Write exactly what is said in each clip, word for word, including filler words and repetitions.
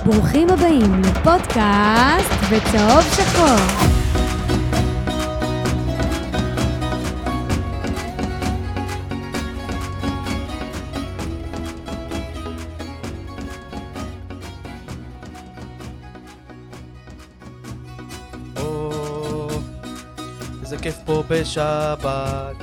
ברוכים הבאים לפודקאסט בצהוב שחור. איזה כיף פה בשבת.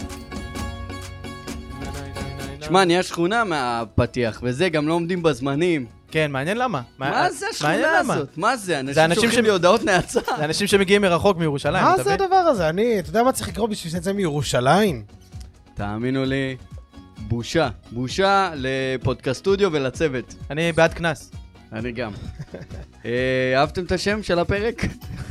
שמע, נהיה שכונה מהפתיח, וזה גם לא עומדים בזמנים. כן, מעניין למה. מה זה השכונה הזאת? מה זה? אנשים שולחים לי הודעות נאצה. זה אנשים שמגיעים מרחוק מירושלים. מה זה הדבר הזה? אני, אתה יודע מה צריך לקרוא בשביל שזה מירושלים? תאמינו לי, בושה. בושה לפודקאסט סטודיו ולצוות. אני בעד כנס. אני גם. אהבתם את השם של הפרק?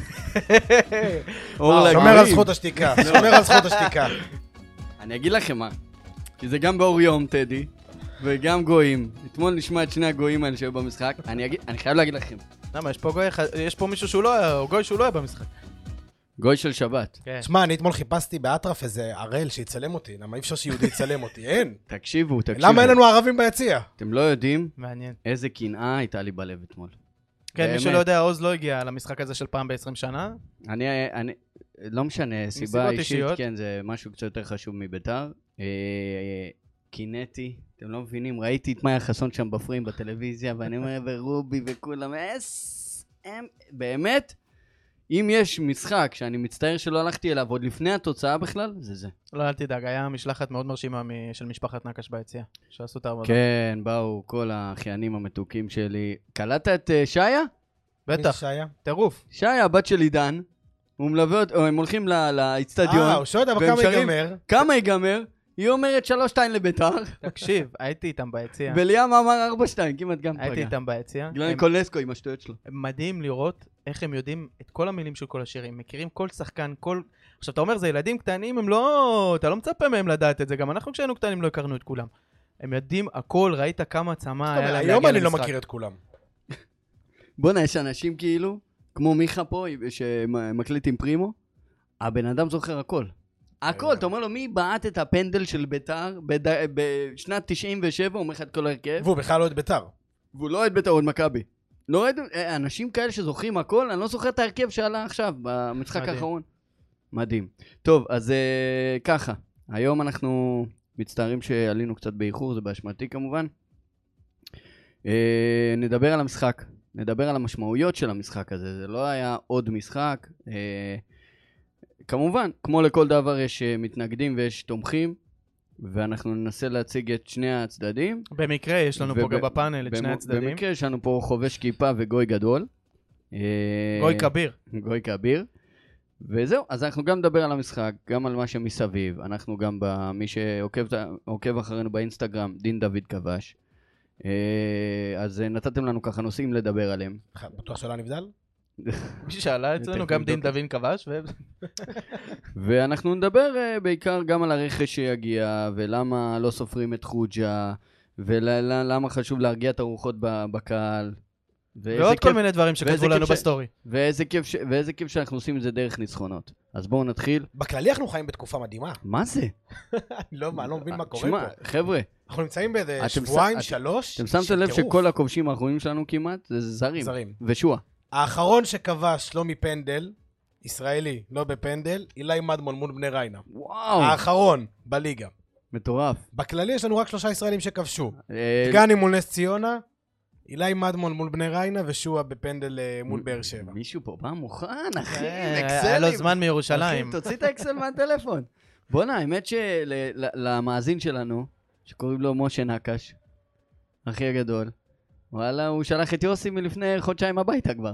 שומר על זכות השתיקה. שומר על זכות השתיקה. אני אגיד לכם מה. כי זה גם באור יום, טדי, וגם גויים. אתמול נשמע את שני הגויים האלה שהיו במשחק. אני אגיד, אני חייב להגיד לכם. למה, יש פה גוי, יש פה מישהו שהוא לא, או גוי שהוא לא היה במשחק. גוי של שבת. שמע, אני אתמול חיפשתי באטרף איזה ערל שיצלם אותי. למה אי אפשר שיהודי יצלם אותי? אין. תקשיבו, תקשיבו. למה אין לנו ערבים ביציע? אתם לא יודעים מעניין. איזה קנאה הייתה לי בלב אתמול. כן, מי שלא יודע, עוז לא הגיע למשחק הזה של פעם ב-עשרים שנה. אני, אני, לא משנה, סיבה אישית, כן, זה משהו קצת יותר חשוב מביתר. קינאתי, אתם לא מבינים, ראיתי את מאיה חסון שם בפרים בטלוויזיה, ואני אומר, ורובי וכולם, אס, הם, באמת, אם יש משחק שאני מצטער שלא הלכתי אליו, עוד לפני התוצאה בכלל, זה זה. לא, אל תדאג, היה משלחת מאוד מרשימה של משפחת נקש ביציאה, שעשו את העבודה. כן, באו כל האחיינים המתוקים שלי. קלטת את שיה? בטח, שיה? טירוף. שיה, הבת של עידן, הוא מלווה אותו, הם הולכים לאצטדיון. אה, הוא שואל, אבל כמה ייגמר? כמה ייגמר? היא אומרת שלוש שתיים לביתר. תקשיב, הייתי איתם ביציאה. וליאם אמר ארבע שתיים, כמעט גם פגע. הייתי איתם ביציאה. גלן קולסקו עם השטויות שלו. מדהים לראות איך הם יודעים את כל המילים של כל השירים. מכירים כל שחקן, כל... עכשיו, אתה אומר, זה ילדים קטנים, הם לא... אתה לא מצפה מהם לדעת את זה. גם אנחנו כשהיינו קטנים לא הכרנו את כולם. הם יודעים הכל, ראית כמה צמה היה להם להגיע למשחק. היום אני לא מכיר את כולם. בוא'נה, יש אנשים כאילו, כמו מיכה פה, שמקליט עם פרימו, הבן אדם זוכר הכל. הכל, אתה אומר לו, מי בעט את הפנדל של ביתר בשנת תשעים ושבע, הוא אומר לך את כל הרכב. והוא בכלל לא את ביתר. והוא לא את ביתר, הוא את מכבי. לא ראיתם, אנשים כאלה שזוכרים הכל, אני לא זוכר את ההרכב שעלה עכשיו, במשחק האחרון. מדהים. טוב, אז ככה, היום אנחנו מצטערים שעלינו קצת באיחור, זה באשמתי כמובן. נדבר על המשחק, נדבר על המשמעויות של המשחק הזה, זה לא היה עוד משחק. כמובן, כמו לכל דבר יש מתנגדים ויש תומכים, ואנחנו ננסה להציג את שני הצדדים. במקרה יש לנו פה גם בפאנל את שני הצדדים. במקרה יש לנו פה חובש כיפה וגוי גדול. גוי כביר. גוי כביר. וזהו, אז אנחנו גם נדבר על המשחק, גם על מה שמסביב. אנחנו גם, מי שעוקב אחרינו באינסטגרם, דין דוד כבש. אז נתתם לנו ככה נושאים לדבר עליהם. בטוח שלא נבדל? מי ששאלה אצלנו, גם דין דווין כבש. ואנחנו נדבר בעיקר גם על הרכש שיגיע, ולמה לא סופרים את חוג'ה, ולמה חשוב להרגיע את הרוחות בקהל. ועוד כל מיני דברים שכתבו לנו בסטורי. ואיזה כיף שאנחנו עושים את זה דרך ניצחונות. אז בואו נתחיל. בכללי אנחנו חיים בתקופה מדהימה. מה זה? לא, מה, לא מבין מה קורה פה. חבר'ה. אנחנו נמצאים באיזה שבועיים, שלוש. אתם שמתם לב שכל הכובשים האחרונים שלנו כמעט, זה זרים. זרים. ושועה. האחרון שכבש לא מפנדל, ישראלי, לא בפנדל, אילי מדמון מול בני ריינה. וואו. האחרון בליגה. מטורף. בכללי יש לנו רק שלושה ישראלים שכבשו. דגני מול נס ציונה, אילי מדמון מול בני ריינה, ושועה בפנדל מול באר שבע. מישהו פה בא מוכן, אחי, אקסלים. היה לו זמן מירושלים. תוציא את האקסל מהטלפון. בוא'נה, האמת שלמאזין שלנו, שקוראים לו משה נקש, הכי הגדול, וואלה, הוא שלח את יוסי מלפני חודשיים הביתה כבר.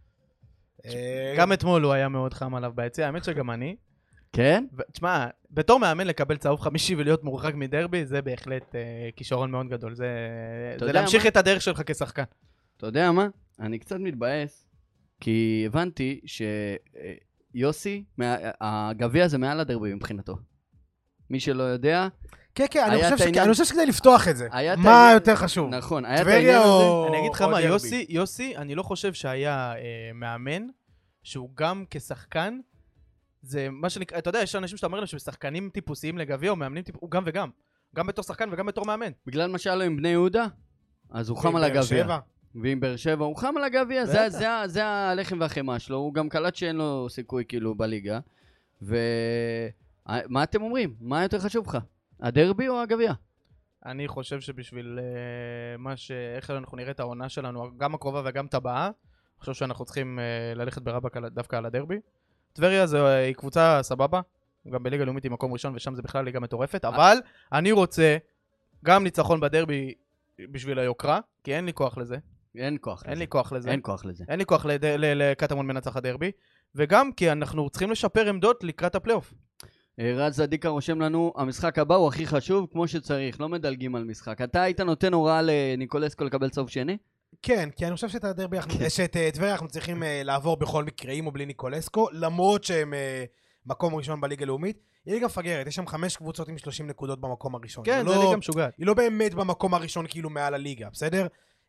גם אתמול הוא היה מאוד חם עליו ביציאה, האמת שגם אני. כן? תשמע, בתור מאמן לקבל צהוב חמישי ולהיות מורחק מדרבי, זה בהחלט כישרון מאוד גדול. זה להמשיך את הדרך שלך כשחקן. אתה יודע מה? אני קצת מתבאס, כי הבנתי שיוסי, הגביע זה מעל הדרבי מבחינתו. מי שלא יודע... כן, כן, אני חושב שכדי לפתוח את זה. מה יותר חשוב? נכון, היה את העניין הזה. אני אגיד לך מה, יוסי, יוסי, אני לא חושב שהיה מאמן, שהוא גם כשחקן, זה מה שנקרא, אתה יודע, יש אנשים שאתה אומר להם ששחקנים טיפוסיים לגביע, או מאמנים טיפוסיים, הוא גם וגם. גם בתור שחקן וגם בתור מאמן. בגלל מה שהיה לו עם בני יהודה, אז הוא חם על הגביע. ועם באר שבע, הוא חם על הגביע, זה, זה, זה הלחם והחמה שלו, הוא גם קלט שאין לו סיכוי כאילו בליגה. ומה אתם אומרים? מה יותר חשוב לך? הדרבי או הגביע? אני חושב שבשביל uh, מה ש... איך אנחנו נראה את העונה שלנו, גם הקרובה וגם את הבאה, אני חושב שאנחנו צריכים uh, ללכת ברבק דווקא על הדרבי. טבריה זו, uh, היא קבוצה סבבה, גם בליגה לאומית היא מקום ראשון, ושם זה בכלל ליגה מטורפת, אבל אני רוצה גם ניצחון בדרבי בשביל היוקרה, כי אין לי כוח לזה. אין כוח אין לזה. לי כוח לזה. אין כוח לזה. אין לי כוח לקטמון מנצח הדרבי, וגם כי אנחנו צריכים לשפר עמדות לקראת הפלייאוף. רז זדיקה רושם לנו, המשחק הבא הוא הכי חשוב, כמו שצריך, לא מדלגים על משחק. אתה היית נותן הוראה לניקולסקו לקבל צהוב שני? כן, כי אני חושב שאת הדרבי, שאת טבריה אנחנו צריכים לעבור בכל מקרה, עם או בלי ניקולסקו, למרות שהם מקום ראשון בליגה לאומית. היא ליגה מפגרת, יש שם חמש קבוצות עם שלושים נקודות במקום הראשון. כן, זה ליגה משוגעת. היא לא באמת במקום הראשון כאילו מעל הליגה, בסדר?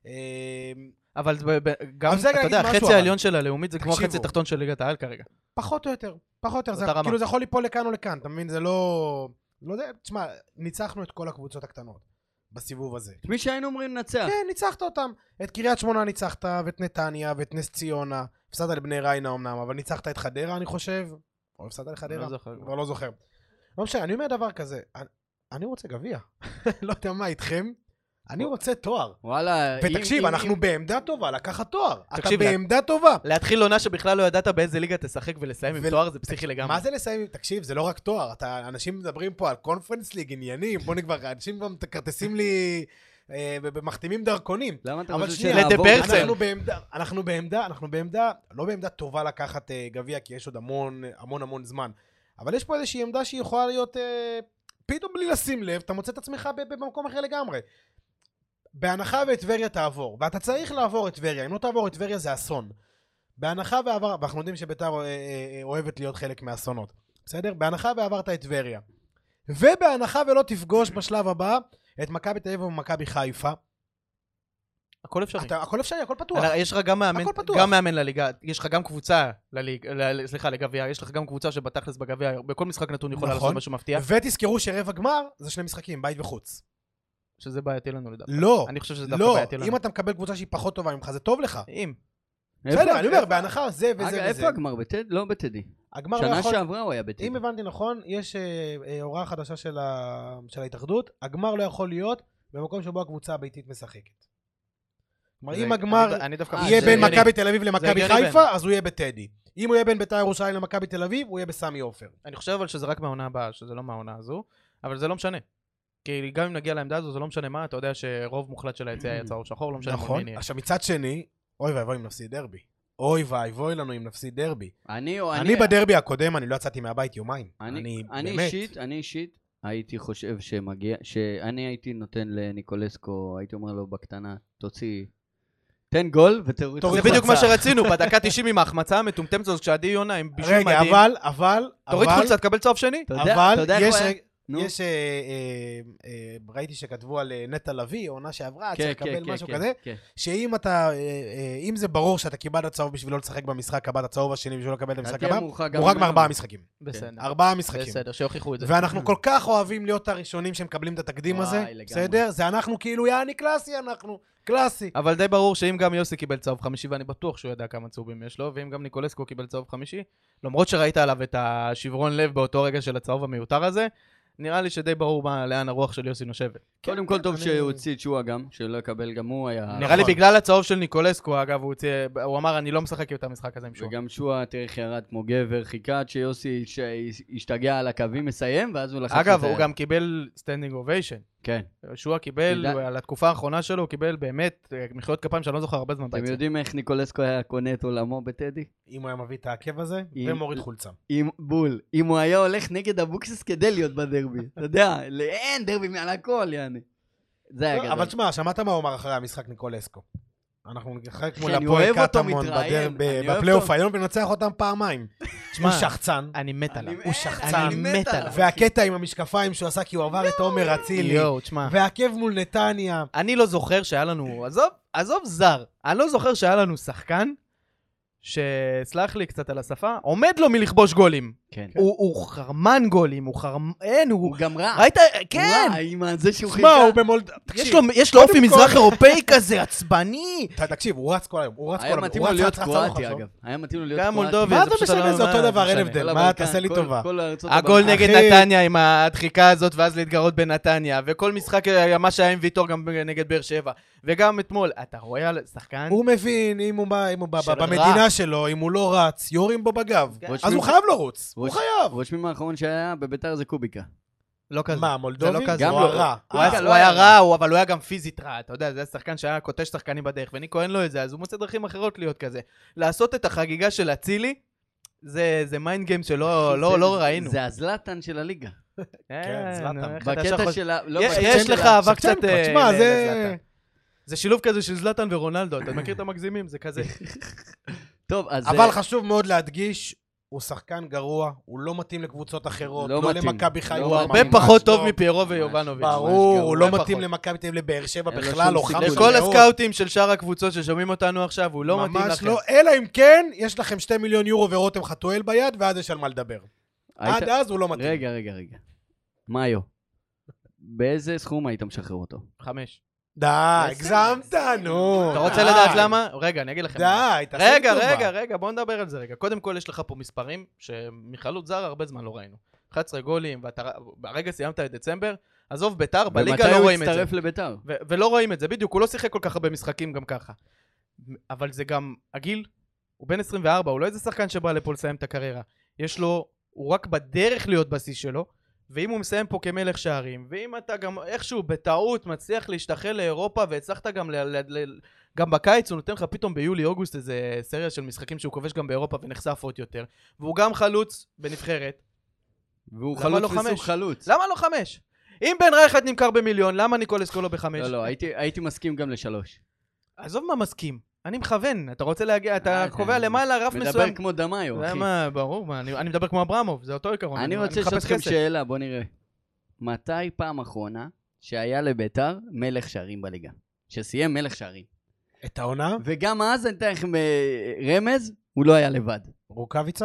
אבל גם, אתה יודע, החצי העליון של הלאומית זה כמו החצי התחתון של ליגת העל כרגע. פחות או יותר, פחות או יותר, כאילו זה יכול ליפול לכאן או לכאן, אתה מבין? זה לא... לא יודע, תשמע, ניצחנו את כל הקבוצות הקטנות בסיבוב הזה. מי שהיינו אומרים נצח. כן, ניצחת אותם. את קריית שמונה ניצחת, ואת נתניה, ואת נס ציונה. הפסדת לבני ריינה אמנם, אבל ניצחת את חדרה, אני חושב. או הפסדת לחדרה? כבר לא זוכר. לא משנה, אני אומר דבר כזה, אני רוצה גביע. לא יודע מה איתכם. אני רוצה תואר. וואלה. ותקשיב, אנחנו בעמדה טובה, לקחת תואר. אתה בעמדה טובה. להתחיל עונה שבכלל לא ידעת באיזה ליגה תשחק ולסיים עם תואר, זה פסיכי לגמרי. מה זה לסיים? תקשיב, זה לא רק תואר. אנשים מדברים פה על קונפרנס ליג, עניינים, בוא נקבע, אנשים גם תקרטסים לי ומחתימים דרכונים. למה אתה חושב שנעבור? אנחנו בעמדה, אנחנו בעמדה, אנחנו בעמדה, לא בעמדה טובה לקחת גביע, כי יש עוד המון, המון המון זמן. אבל יש פה איזושהי עמדה שהיא יכולה להיות, פתאום בלי לשים לב, אתה מוצא את עצמך במקום אחר לגמרי. בהנחה וטבריה תעבור, ואתה צריך לעבור את טבריה, אם לא תעבור את טבריה זה אסון. בהנחה ועבר, ואנחנו יודעים שביתר אוהבת להיות חלק מהאסונות, בסדר? בהנחה ועברת את טבריה, ובהנחה ולא תפגוש בשלב הבא את מכבי תל אביב ומכבי חיפה. הכל אפשרי. אתה, הכל אפשרי, הכל פתוח. יש לך גם מאמן, גם מאמן לליגה, יש לך גם קבוצה לליג, סליחה, לגביע, יש לך גם קבוצה שבתכלס בגביע, בכל משחק נתון יכולה לעשות משהו מפתיע. ותזכרו שרבע גמר זה שני משחקים, בית וחוץ. שזה בעייתי לנו לדעת. לא, אני חושב שזה דווקא בעייתי לנו. אם אתה מקבל קבוצה שהיא פחות טובה ממך, זה טוב לך. אם. בסדר, אני אומר, בהנחה זה וזה וזה. איפה הגמר? בטדי? לא בטדי. שנה שעברה הוא היה בטדי. אם הבנתי נכון, יש הוראה חדשה של ההתאחדות, הגמר לא יכול להיות במקום שבו הקבוצה הביתית משחקת. כלומר, אם הגמר יהיה בין מכבי תל אביב למכבי חיפה, אז הוא יהיה בטדי. אם הוא יהיה בין בית"ר ירושלים למכבי תל אביב, הוא יהיה בסמי עופר. אני חושב אבל שזה רק מהעונה הבאה, שזה לא מהעונה הזו, אבל זה לא משנה. כי גם אם נגיע לעמדה הזו, זה לא משנה מה, אתה יודע שרוב מוחלט של היציאה היה צהוב שחור, לא משנה מול מי נהיה. עכשיו מצד שני, אוי ואבוי אם נפסיד דרבי. אוי ואבוי לנו אם נפסיד דרבי. אני אני בדרבי הקודם, אני לא יצאתי מהבית יומיים. אני אישית, אני אישית, הייתי חושב שמגיע, שאני הייתי נותן לניקולסקו, הייתי אומר לו בקטנה, תוציא, תן גול ותוריד. זה בדיוק מה שרצינו, בדקה תשעים עם ההחמצה המטומטמת הזאת, כשעדי יונה עם בישול מדהים. רגע, אבל, אבל, תוריד חולצה, תקבל צהוב שני. אבל יש... יש, ראיתי שכתבו על נטע לוי, עונה שעברה, צריך לקבל משהו כזה, שאם אתה, אם זה ברור שאתה קיבלת צהוב בשביל לא לשחק במשחק הבא, את הצהוב השני בשביל לא לקבל את המשחק הבא, מורחק מארבעה משחקים. בסדר. ארבעה משחקים. בסדר, שיוכיחו את זה. ואנחנו כל כך אוהבים להיות הראשונים שמקבלים את התקדים הזה, בסדר? זה אנחנו כאילו, יעני קלאסי, אנחנו קלאסי. אבל די ברור שאם גם יוסי קיבל צהוב חמישי, ואני בטוח שהוא ידע כמה צהובים יש לו, ואם גם ניקולסקו קיבל צהוב חמישי, למרות שראית עליו את השברון לב באותו רגע של הצהוב המיותר הזה, נראה לי שדי ברור לאן הרוח של יוסי נושבת. קודם כל טוב שהוא הוציא את שואה גם, שלא יקבל גם הוא היה... נראה לי בגלל הצהוב של ניקולסקו, אגב, הוא אמר, אני לא משחק את המשחק הזה עם שואה. וגם שואה תאריך ירד כמו גבר, חיכה עד שיוסי השתגע על הקווים מסיים, ואז הוא לחץ... אגב, הוא גם קיבל סטנדינג אוביישן. כן. שואה קיבל, על התקופה האחרונה שלו, הוא קיבל באמת מחיאות כפיים שאני לא זוכר הרבה זמן בעצם. אתם יודעים איך ניקולסקו היה קונה את עולמו בטדי? אם הוא היה מביא את העקב הזה, ומוריד חולצה. בול. אם הוא היה הולך נגד אבוקסיס כדי להיות בדרבי. אתה יודע, אין דרבי מעל הכל, יעני. זה היה גדול. אבל תשמע, שמעת מה הוא אמר אחרי המשחק ניקולסקו? אנחנו נשחק מול הפועל קטמון בפלייאוף העליון וננצח אותם פעמיים. הוא שחצן. אני מת עליו. הוא שחצן. אני מת עליו. והקטע עם המשקפיים שהוא עשה כי הוא עבר את עומר אצילי. והעקב מול נתניה. אני לא זוכר שהיה לנו, עזוב, עזוב זר. אני לא זוכר שהיה לנו שחקן, שסלח לי קצת על השפה, עומד לו מלכבוש גולים. כן. הוא הוא חרמן גולים, הוא חרמן, אין, הוא... הוא גם רע. ראית? כן! רע, עם זה שהוא שמע, הוא במולד... יש לו- יש לו אופי קודם כל- מזרח אירופאי כזה, עצבני. ת- תקשיב, הוא רץ כל היום, הוא רץ כל היה היום. מתאים הוא לו רץ, להיות רץ, רץ, קרואטי, רץ, אגב. היה מתאים לו להיות גם קרואטי. מולדובי, מה זה זה פשוט משנה? לא- זה אותו מה דבר, אין משנה? הבדל. כל מה, הבלקן, תעשה לי כל- טובה. כל הארצות הגול הבלקן. נגד אחי. נתניה עם הדחיקה הזאת, ואז להתגרות בנתניה, וכל משחק, מה שהיה עם ויטור גם נגד באר שבע, וגם אתמול, אתה רואה על שחקן? הוא מבין, אם הוא בא- אם הוא בא- של במדינה רע. שלו, אם הוא לא רץ, יורים בו בגב. כן. אז הוא חייב לרוץ, הוא ראש- חייב. רושמים האחרון שהיה בביתר זה קוביקה. לא כזה. מה, זה מולדובי? לא כזה. גם הוא לא. הרע. הוא היה- אה, הוא לא היה היה רע, הוא- אבל הוא היה גם פיזית רע, אתה יודע, זה היה שחקן שהיה קוטש שחקנים בדרך, וניקו אין לו את זה, אז הוא מוצא דרכים אחרות להיות כזה. לעשות את החגיגה של אצילי, זה זה מיינד גיים שלא לא- זה- לא ראינו. זה הזלטן של הליגה. כן, זלאטן. נו, איך אתה יכול- בקטע של ה... לא, יש- בקטע יש של לך ה- אהבה קצת... שפצ'נקו, אה, תשמע, ל- זה... לזלאטן. זה שילוב כזה של זלאטן ורונלדו, אתה מכיר את המגזימים? זה כזה. טוב, אז... אבל חשוב מאוד להדגיש, הוא שחקן גרוע, הוא לא מתאים לקבוצות אחרות, לא לא מתאים. למכבי לא חיפה. הוא ממש הרבה ממש פחות לא. טוב מפיירו ממש. ויובנוביץ'. ברור, ממש הוא לא גרוע. מתאים פחות. למכבי תל אביב לבאר שבע אין לו בכלל, שום לא סיכוי. חמש לכל מאוד. הסקאוטים של שאר הקבוצות ששומעים אותנו עכשיו, הוא לא מתאים ממש לכם. לא, אלא אם כן, יש לכם שתי מיליון יורו ורותם חתואל ביד, ואז יש על מה לדבר. היית- עד אז הוא לא מתאים. רגע, רגע, רגע. מאיו, באיזה סכום היית משחרר אותו? חמש. די, הגזמת, נו. אתה רוצה די. לדעת למה? רגע, אני אגיד לכם. די, תעשה לי רגע, טובה. רגע, רגע, בוא נדבר על זה רגע. קודם כל, יש לך פה מספרים שמחלוץ זר הרבה זמן לא ראינו. אחת עשרה גולים, ואתה ברגע סיימת את דצמבר, עזוב, ביתר, בליגה לא רואים את זה. ומתי הוא הצטרף לביתר? ו- ולא רואים את זה, בדיוק, הוא לא שיחק כל כך הרבה משחקים גם ככה. אבל זה גם, הגיל, הוא בן עשרים וארבע, הוא לא איזה שחקן שבא לפה לסיים את הקריירה. יש לו, הוא רק בדרך להיות בשיא שלו, ואם הוא מסיים פה כמלך שערים, ואם אתה גם איכשהו בטעות מצליח להשתחל לאירופה, והצלחת גם, ל- ל- ל- גם בקיץ, הוא נותן לך פתאום ביולי-אוגוסט איזה סריה של משחקים שהוא כובש גם באירופה ונחשף עוד יותר, והוא גם חלוץ בנבחרת. והוא למה חלוץ לא מסוג חמש? חלוץ. למה לא חמש? אם בן רייכרד נמכר במיליון, למה ניקולס קולו בחמש? לא, לא, הייתי- הייתי מסכים גם לשלוש. עזוב מה מסכים, אני מכוון, אתה רוצה להגיע, אתה אה, קובע כן. למעלה רף מדבר מסוים. כמו דמאיו, זה אחי. מה, ברור, מה, אני אני מדבר כמו אברמוב, זה אותו עיקרון. אני רוצה לשאול מחפש אתכם כסף. שאלה, בוא נראה. מתי פעם אחרונה שהיה לביתר מלך שערים בליגה? שסיים מלך שערים. את העונה? וגם אז, אני אתן לכם אה, רמז, הוא לא היה לבד. רוקאביצה?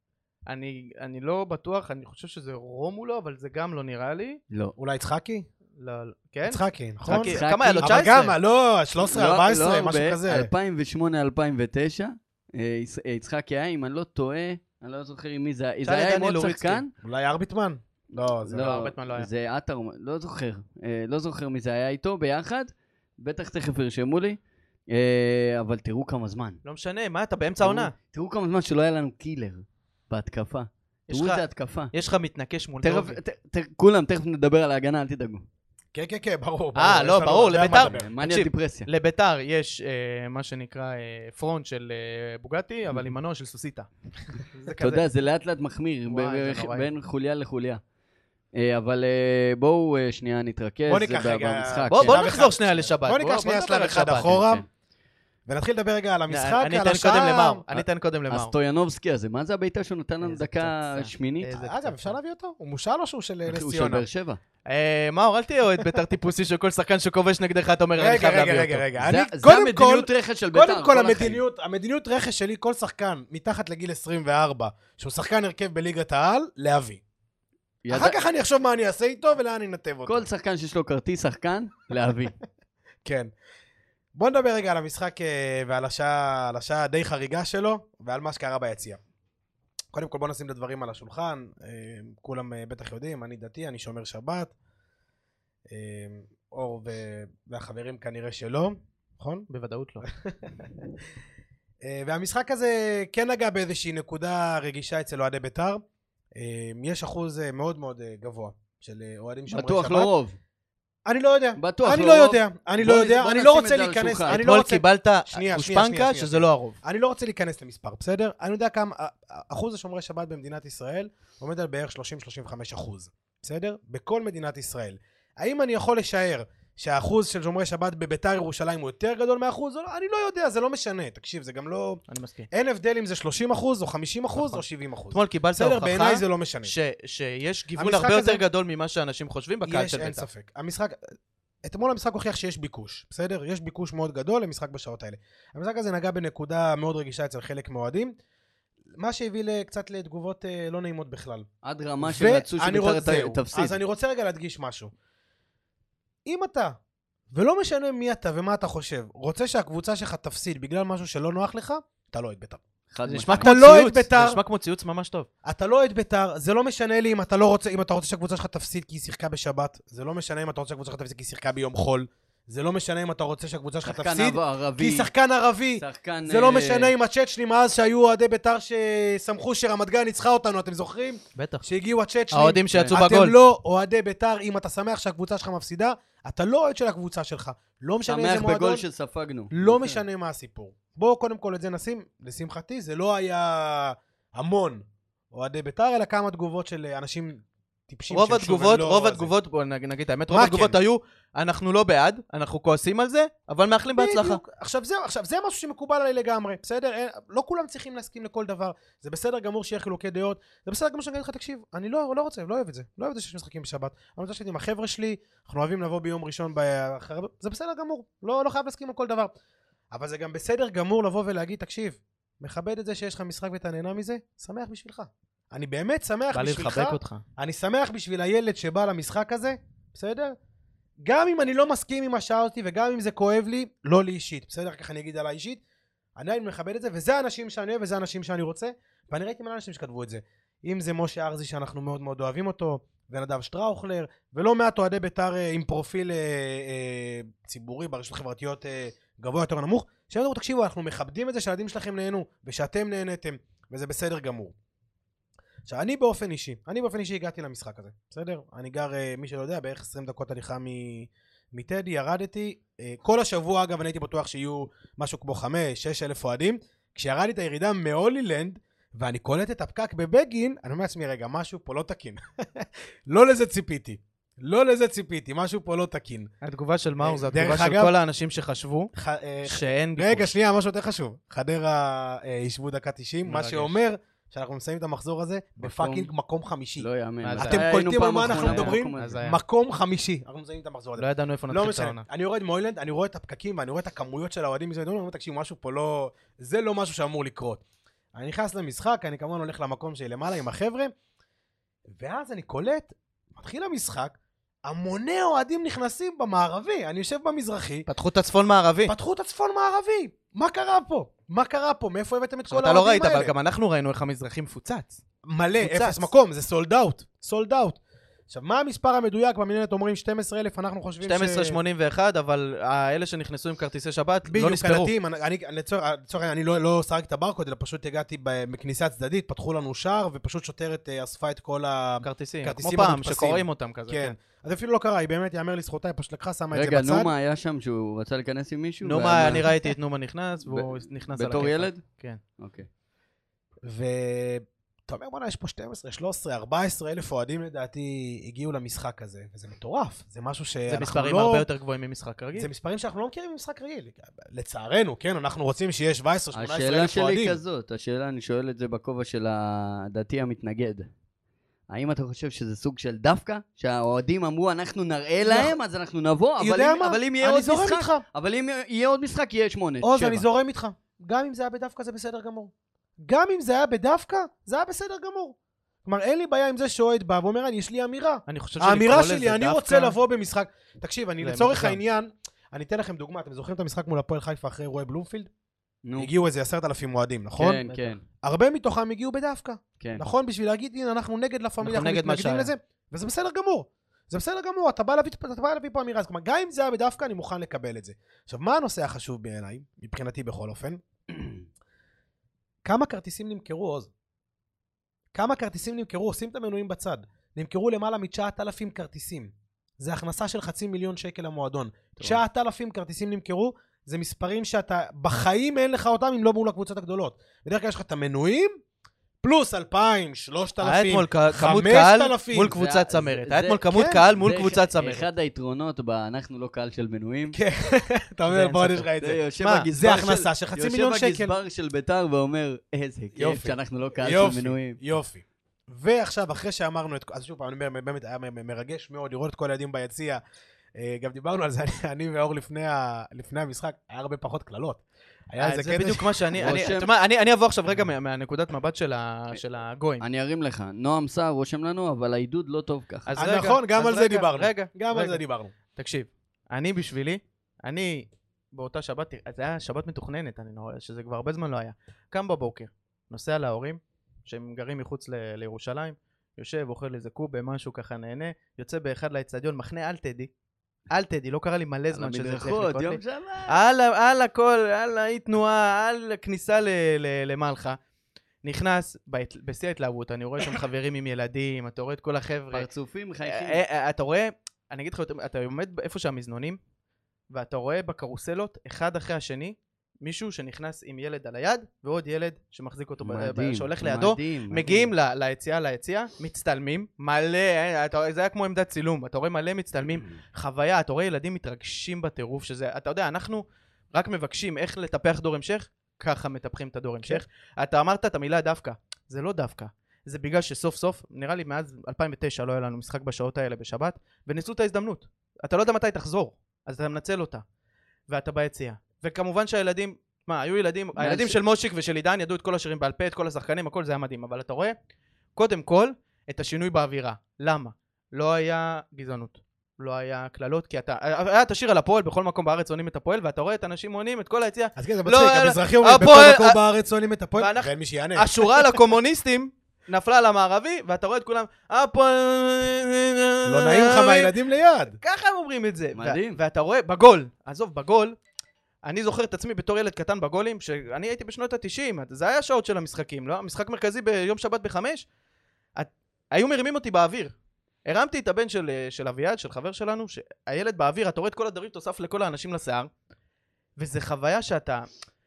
אני אני לא בטוח, אני חושב שזה רומולו, אבל זה גם לא נראה לי. לא. אולי יצחקי? לא, לא. כן? יצחקי, נכון? יצחקי, יצחקי. כמה היה לו? אבל תשע עשרה? גם, לא, שלוש עשרה, לא- ארבע לא עשרה, הרבה, משהו כזה. אלפיים ושמונה אלפיים ותשע, אה, יצ- אה, יצחקי היה, אם אני לא טועה, אני לא זוכר עם מי זה היה. זה היה עם דניאל עוד אוריצקי. שחקן? אולי ארביטמן? לא, זה לא, לא. הרבה זמן לא היה. זה עטר, לא זוכר. אה, לא זוכר מי זה היה איתו ביחד. בטח תכף ירשמו לי. אה, אבל תראו כמה זמן. לא משנה, מה אתה באמצע העונה? תראו כמה זמן שלא היה לנו קילר בהתקפה. יש תראו לך- איזה התקפה. יש לך מתנקש מול תכף, דובי. ת- ת- כולם, תכף נדבר על ההגנה, אל תדאגו. כן, כן, כן, ברור. אה, ברור, לא, יש לנו ברור, הרבה על לביתר. מה לדבר. מניה תקשיב, דיפרסיה. לביתר יש אה, מה שנקרא אה, פרונט של אה, בוגטי, אבל עם מנוע של סוסיתא. זה אתה כזה. יודע, זה לאט לאט מחמיר וואי, ב- זה ב- נוראי. בין חוליה לחוליה. אה, אבל אה, בואו אה, שנייה נתרכז בוא ניקח ב- רגע- במשחק. בוא כן. בוא שלב נחזור אחד. שנייה לשבת. בוא ניקח שנייה נדבר שלב על אחד שבת. אחורה. כן. ונתחיל לדבר רגע על המשחק, אני על אתן השעה. קודם למאור, אני אתן קודם למאור. הסטויאנובסקי הזה, מה זה הבעיטה שהוא נתן לנו איזה דקה פצצה. שמינית? איזה אגב, פצצה. אפשר להביא אותו? הוא מושל או שהוא של נס הוא של ציונה? באר שבע. אה, מאור, אל תהיה אוהד בית"ר טיפוסי שכל שחקן שכובש נגדך, אתה אומר, אני רגע, חייב רגע, להביא רגע, אותו. רגע. זה- אני, זה קודם כל, המדיניות רכש של בית"ר, קודם כל, כל החיים. המדיניות, המדיניות רכש שלי, כל שחקן מתחת לגיל עשרים וארבע, שהוא שחקן הרכב בליגת העל, להביא. ידע- אחר כך אני אחשוב מה אני אעשה איתו ולאן אני אנתב אותו. כל שחקן שיש לו כרטיס שחקן, להביא. כן. בוא נדבר רגע על המשחק אה, ועל השעה, על השעה הדי חריגה שלו, ועל מה שקרה ביציע. קודם כל בוא נשים את הדברים על השולחן, אה, כולם אה, בטח יודעים, אני דתי, אני שומר שבת, אה, אור ו- והחברים כנראה שלא, נכון? בוודאות לא. אה, והמשחק הזה כן נגע באיזושהי נקודה רגישה אצל אוהדי בית"ר. אה, יש אחוז אה, מאוד מאוד אה, גבוה של אה, אוהדים שומרי שבת. בטוח לא רוב. אני לא יודע. בטוח אני לא לא רוב. יודע. אני לא בוא- יודע. בוא אני נשים לא את רוצה זה על להיכנס. השולחן. אני לא אתמול רוצה... קיבלת שנייה, שנייה, גושפנקה שנייה, שזה שנייה. לא הרוב. אני לא רוצה להיכנס למספר, בסדר? אני יודע כמה, אחוז השומרי שבת במדינת ישראל עומד על בערך שלושים עד שלושים וחמישה אחוז, בסדר? בכל מדינת ישראל. האם אני יכול לשער שהאחוז של שומרי שבת בביתר ירושלים הוא יותר גדול מהאחוז? או לא? אני לא יודע, זה לא משנה. תקשיב, זה גם לא... אני מסכים. אין הבדל אם זה שלושים אחוז או חמישים אחוז נכון. או שבעים אחוז. אתמול קיבלת בסדר, הוכחה בעיניי זה לא משנה. ש- שיש גיוון המשחק הרבה הזה- יותר גדול ממה שאנשים חושבים בקהל יש, של אין בית"ר. ספק. המשחק... אתמול המשחק הוכיח שיש ביקוש, בסדר? יש ביקוש מאוד גדול למשחק בשעות האלה. המשחק הזה נגע בנקודה מאוד רגישה אצל חלק מהאוהדים. מה שהביא קצת לתגובות לא נעימות בכלל. עד רמה שרצו שביתר תפסיד. אז אני רוצה רגע להדגיש משהו. אם אתה, ולא משנה מי אתה ומה אתה חושב, רוצה שהקבוצה שלך תפסיד בגלל משהו שלא נוח לך, אתה לא אוהד ביתר. זה נשמע כמו ציוץ, זה נשמע כמו ציוץ ממש טוב. אתה לא אוהד ביתר, זה לא משנה לי אם אתה לא רוצה, אם אתה רוצה שהקבוצה שלך תפסיד כי היא שיחקה בשבת, זה לא משנה אם אתה רוצה שהקבוצה שלך תפסיד כי היא שיחקה ביום חול, זה לא משנה אם אתה רוצה שהקבוצה שלך תפסיד כי היא שחקן ערבי, זה לא משנה אם הצ'צ'נים אז שהיו אוהדי ביתר ששמחו שרמת גן ניצחה אותנו, אתם זוכרים? בטח. שהגיעו הצ'צ'נים, האוהדים שיצאו בגול. אתם לא אוהדי ביתר, אם אתה שמח שהקבוצה שלך מפסידה, אתה לא אוהד של הקבוצה שלך, לא משנה איזה מועדון, לא משנה מה הסיפור. בואו קודם כל את זה נשים, לשמחתי זה לא היה המון אוהדי ביתר, אלא כמה תגובות של אנשים טיפשים. רוב התגובות, רוב התגובות, בוא נגיד האמת, רוב התגובות היו, אנחנו לא בעד, אנחנו כועסים על זה, אבל מאחלים בהצלחה. עכשיו זה, עכשיו זה משהו שמקובל עליי לגמרי, בסדר? לא כולם צריכים להסכים לכל דבר, זה בסדר גמור שיהיה חילוקי דעות, זה בסדר גמור שאני אגיד לך, תקשיב, אני לא, לא רוצה, לא אוהב את זה, לא אוהב את זה שיש משחקים בשבת, אני רוצה שתדעים, החבר'ה שלי, אנחנו אוהבים לבוא ביום ראשון, זה בסדר גמור, לא, לא חייב להסכים על כל דבר. אבל זה גם בסדר גמור לבוא ולהגיד, תקשיב, מכבד את זה שיש לך משחק ואתה נהנה מזה, שמח בשבילך. אני באמת שמח בשבילך. אני שמח בשביל הילד שבא למשחק הזה, בסדר? גם אם אני לא מסכים עם מה שאלתי, וגם אם זה כואב לי, לא לי אישית, בסדר? ככה אני אגיד עליי אישית, אני עדיין מכבד את זה, וזה האנשים שאני אוהב, וזה האנשים שאני רוצה, ואני ראיתי מלא אנשים שכתבו את זה. אם זה משה ארזי שאנחנו מאוד מאוד אוהבים אותו, ונדב שטראוכלר, ולא מעט אוהדי בית"ר עם פרופיל אה, אה, ציבורי ברשתות חברתיות אה, גבוה יותר נמוך, שאומרים, תקשיבו, אנחנו מכבדים את זה שהילדים שלכם נהנו, ושאתם נהנתם, וזה בסדר גמור. עכשיו, אני באופן אישי, אני באופן אישי הגעתי למשחק הזה, בסדר? אני גר, מי שלא יודע, בערך עשרים דקות הליכה מטדי, ירדתי, כל השבוע, אגב, אני הייתי בטוח שיהיו משהו כמו חמש, שש אלף אוהדים, כשירדתי את הירידה מהולילנד, ואני קולט את הפקק בבגין, אני אומר לעצמי, רגע, משהו פה לא תקין. לא לזה ציפיתי. לא לזה ציפיתי, משהו פה לא תקין. התגובה של מאור זה התגובה של כל האנשים שחשבו שאין ביקוש. רגע, שנייה, משהו יותר חשוב. חדרה ישבו דקה תשעים, מה שאומר שאנחנו מסיימים את המחזור הזה בפאקינג מקום חמישי. לא יאמן. אתם קולטים על מה אנחנו מדברים? מקום חמישי. אנחנו מסיימים את המחזור הזה. לא ידענו איפה נתחיל את העונה. אני יורד מהולילנד, אני רואה את הפקקים ואני רואה את הכמויות של האוהדים, אני אומר, תקשיב, משהו פה לא... זה לא משהו שאמור לקרות. אני נכנס למשחק, אני כמובן הולך למקום שלי למעלה עם החבר'ה, ואז אני קולט, מתחיל המשחק, המוני אוהדים נכנסים במערבי, אני יושב במזרחי. פתחו את הצפון מערבי. פתחו את הצפון מערבי. מה קרה פה? מה קרה פה? מאיפה הבאתם את כל האוהדים האלה? אתה לא ראית, אבל גם אנחנו ראינו איך המזרחי מפוצץ. מלא, אפס מקום, זה סולד אאוט. סולד אאוט. עכשיו, מה המספר המדויק? במנהלת אומרים שתים עשרה אלף, אנחנו חושבים ש... שתים עשרה שמונים ואחת, אבל האלה שנכנסו עם כרטיסי שבת לא נספרו. אני לא סרקתי את הברקוד, אלא פשוט הגעתי בכניסה הצדדית, פתחו לנו שער, ופשוט שוטרת אספה את כל הכרטיסים. כמו פעם, שקוראים אותם כזה. כן. אז אפילו לא קרה, היא באמת, יאמר לזכותה, היא פשוט לקחה, שמה את זה בצד. רגע, נומה היה שם שהוא רצה להיכנס עם מישהו? נומה, אני ראיתי את נומה נכנס, והוא נכנס על בתור ילד? כן. אוקיי. אתה אומר, בוא'נה, יש פה שתים עשרה, שלוש עשרה, ארבע עשרה אלף אוהדים לדעתי הגיעו למשחק הזה, וזה מטורף. זה משהו שאנחנו לא... זה מספרים הרבה יותר גבוהים ממשחק רגיל. זה מספרים שאנחנו לא מכירים ממשחק רגיל. לצערנו, כן, אנחנו רוצים שיש שבע עשרה שמונה עשרה אלף אוהדים. השאלה שלי כזאת, השאלה, אני שואל את זה בכובע של הדתי המתנגד. האם אתה חושב שזה סוג של דווקא? שהאוהדים אמרו, אנחנו נראה להם, אז אנחנו נבוא, אבל אם יהיה עוד משחק, אבל אם יהיה עוד משחק, יהיה שמונה, שבע. עוז, אני זורם איתך. גם אם זה היה בדווקא, זה בסדר גמור. גם אם זה היה בדווקא, זה היה בסדר גמור. כלומר, אין לי בעיה עם זה שאוהד בא ואומר, אני, יש לי אמירה. האמירה שלי, אני רוצה לבוא במשחק. תקשיב, אני לצורך העניין, אני אתן לכם דוגמה, אתם זוכרים את המשחק מול הפועל חיפה אחרי אירועי בלומפילד? הגיעו איזה עשרת אלפים מועדים, נכון? כן, כן. הרבה מתוכם הגיעו בדווקא. נכון? בשביל להגיד, הנה, אנחנו נגד לפמיליה, אנחנו מתנגדים לזה, וזה בסדר גמור. זה בסדר גמור, אתה בא להביא פה אמירה. כלומר, גם אם זה היה בדווקא, אני מוכן לקבל את זה. עכשיו, מה הנושא החשוב בעיניי, מבחינתי בכל אופן? כמה כרטיסים נמכרו, עוז? כמה כרטיסים נמכרו? שים את המנויים בצד. נמכרו למעלה מ-תשעת אלפים כרטיסים. זה הכנסה של חצי מיליון שקל למועדון. תשעת אלפים כרטיסים נמכרו, זה מספרים שאתה בחיים אין לך אותם אם לא מול הקבוצות הגדולות. בדרך כלל יש לך את המנויים, פלוס אלפיים, שלושת אלפים, חמשת אלפים. מול קבוצת צמרת. היה אתמול כמות קהל מול קבוצת צמרת. אחד היתרונות אנחנו לא קהל של מנויים. כן, אתה אומר, בוא נשך את זה. מה, זה הכנסה של חצי מיליון שקל. יושב הגזבר של ביתר ואומר, איזה כיף שאנחנו לא קהל של מנויים. יופי. ועכשיו, אחרי שאמרנו את... אז שוב פעם, אני באמת היה מרגש מאוד לראות את כל הילדים ביציע. גם דיברנו על זה, אני ואור לפני המשחק, היה הרבה פחות קללות. היה איזה זה קטע... בדיוק מה שאני... אני- רושם- אתה יודע מה, אני אני אבוא עכשיו רגע מה- מהנקודת מבט של ה- של הגויים. אני ארים לך, נועם סער רושם לנו, אבל העידוד לא טוב ככה. אז אה, רגע, נכון, גם אז על זה רגע, דיברנו. רגע, גם על רגע. זה דיברנו. תקשיב, אני בשבילי, אני באותה שבת, זה היה שבת מתוכננת, אני נורא, שזה כבר הרבה זמן לא היה. קם בבוקר, נוסע להורים, שהם גרים מחוץ ל- לירושלים, יושב, אוכל איזה קובה, משהו ככה נהנה, יוצא באחד לאצטדיון, מחנה אל תדעי, אל תדעי, לא קרה לי מלא זמן שזה הצליח לקרות לי. יום שבת. על, ה- על הכל, על האי תנועה, על הכניסה ל- ל- למלחה. נכנס, בהת- בשיא ההתלהבות, אני רואה שם חברים עם ילדים, אתה רואה את כל החבר'ה. פרצופים חייכים. אה, אה, אתה רואה, אני אגיד לך, יותר, אתה עומד איפה שהמזנונים, ואתה רואה בקרוסלות, אחד אחרי השני, מישהו שנכנס עם ילד על היד, ועוד ילד שמחזיק אותו, ב- ב- מדהים, שהולך לידו, מדהים, מדהים. מגיעים ל- ליציאה, ליציאה, מצטלמים, מלא, אה, אתה- זה היה כמו עמדת צילום, אתה רואה מלא מצטלמים, חוויה, אתה רואה ילדים מתרגשים בטירוף, שזה, אתה יודע, אנחנו רק מבקשים איך לטפח דור המשך, ככה מטפחים את הדור המשך. אתה אמרת את המילה דווקא, זה לא דווקא, זה בגלל שסוף סוף, נראה לי מאז אלפיים ותשע לא היה לנו משחק בשעות האלה בשבת, וניסו את ההזדמנות. אתה לא יודע מתי תחזור, אז אתה מנצל אותה, ואתה ביציאה. וכמובן שהילדים, מה, היו ילדים, הילדים ש- של מושיק ושל עידן ידעו את כל השירים בעל פה, את כל השחקנים, הכל זה היה מדהים, אבל אתה רואה, קודם כל, את השינוי באווירה. למה? לא היה גזענות. לא היה קללות, כי אתה, היה תשאיר על הפועל, בכל מקום בארץ עונים את הפועל, ואתה רואה את אנשים עונים את כל היציאה. אז כן, זה לא, מצחיק, אה, המזרחי אומרים, בכל הפועל- מקום בארץ עולים את הפועל, ואנחנו- ואין מי שיענה. השורה לקומוניסטים נפלה למערבי, ואתה רואה את כולם, הפועל... לא נעים לך מהילדים ליד. ככה הם אומרים את זה. מדהים. ו- ואתה רואה, בגול, עזוב, בגול, אני זוכר את עצמי בתור ילד קטן בגולים, שאני הייתי בשנות ה-תשעים, זה היה שעות של המשחקים, לא? המשחק מרכזי ביום שבת בחמש, את- היו מרימים אותי באוויר. הרמתי את הבן של, של אביעד, של חבר שלנו, שהילד באוויר, אתה רואה את כל הדברים, תוסף לכל האנשים לשיער, וזה חוויה שאתה,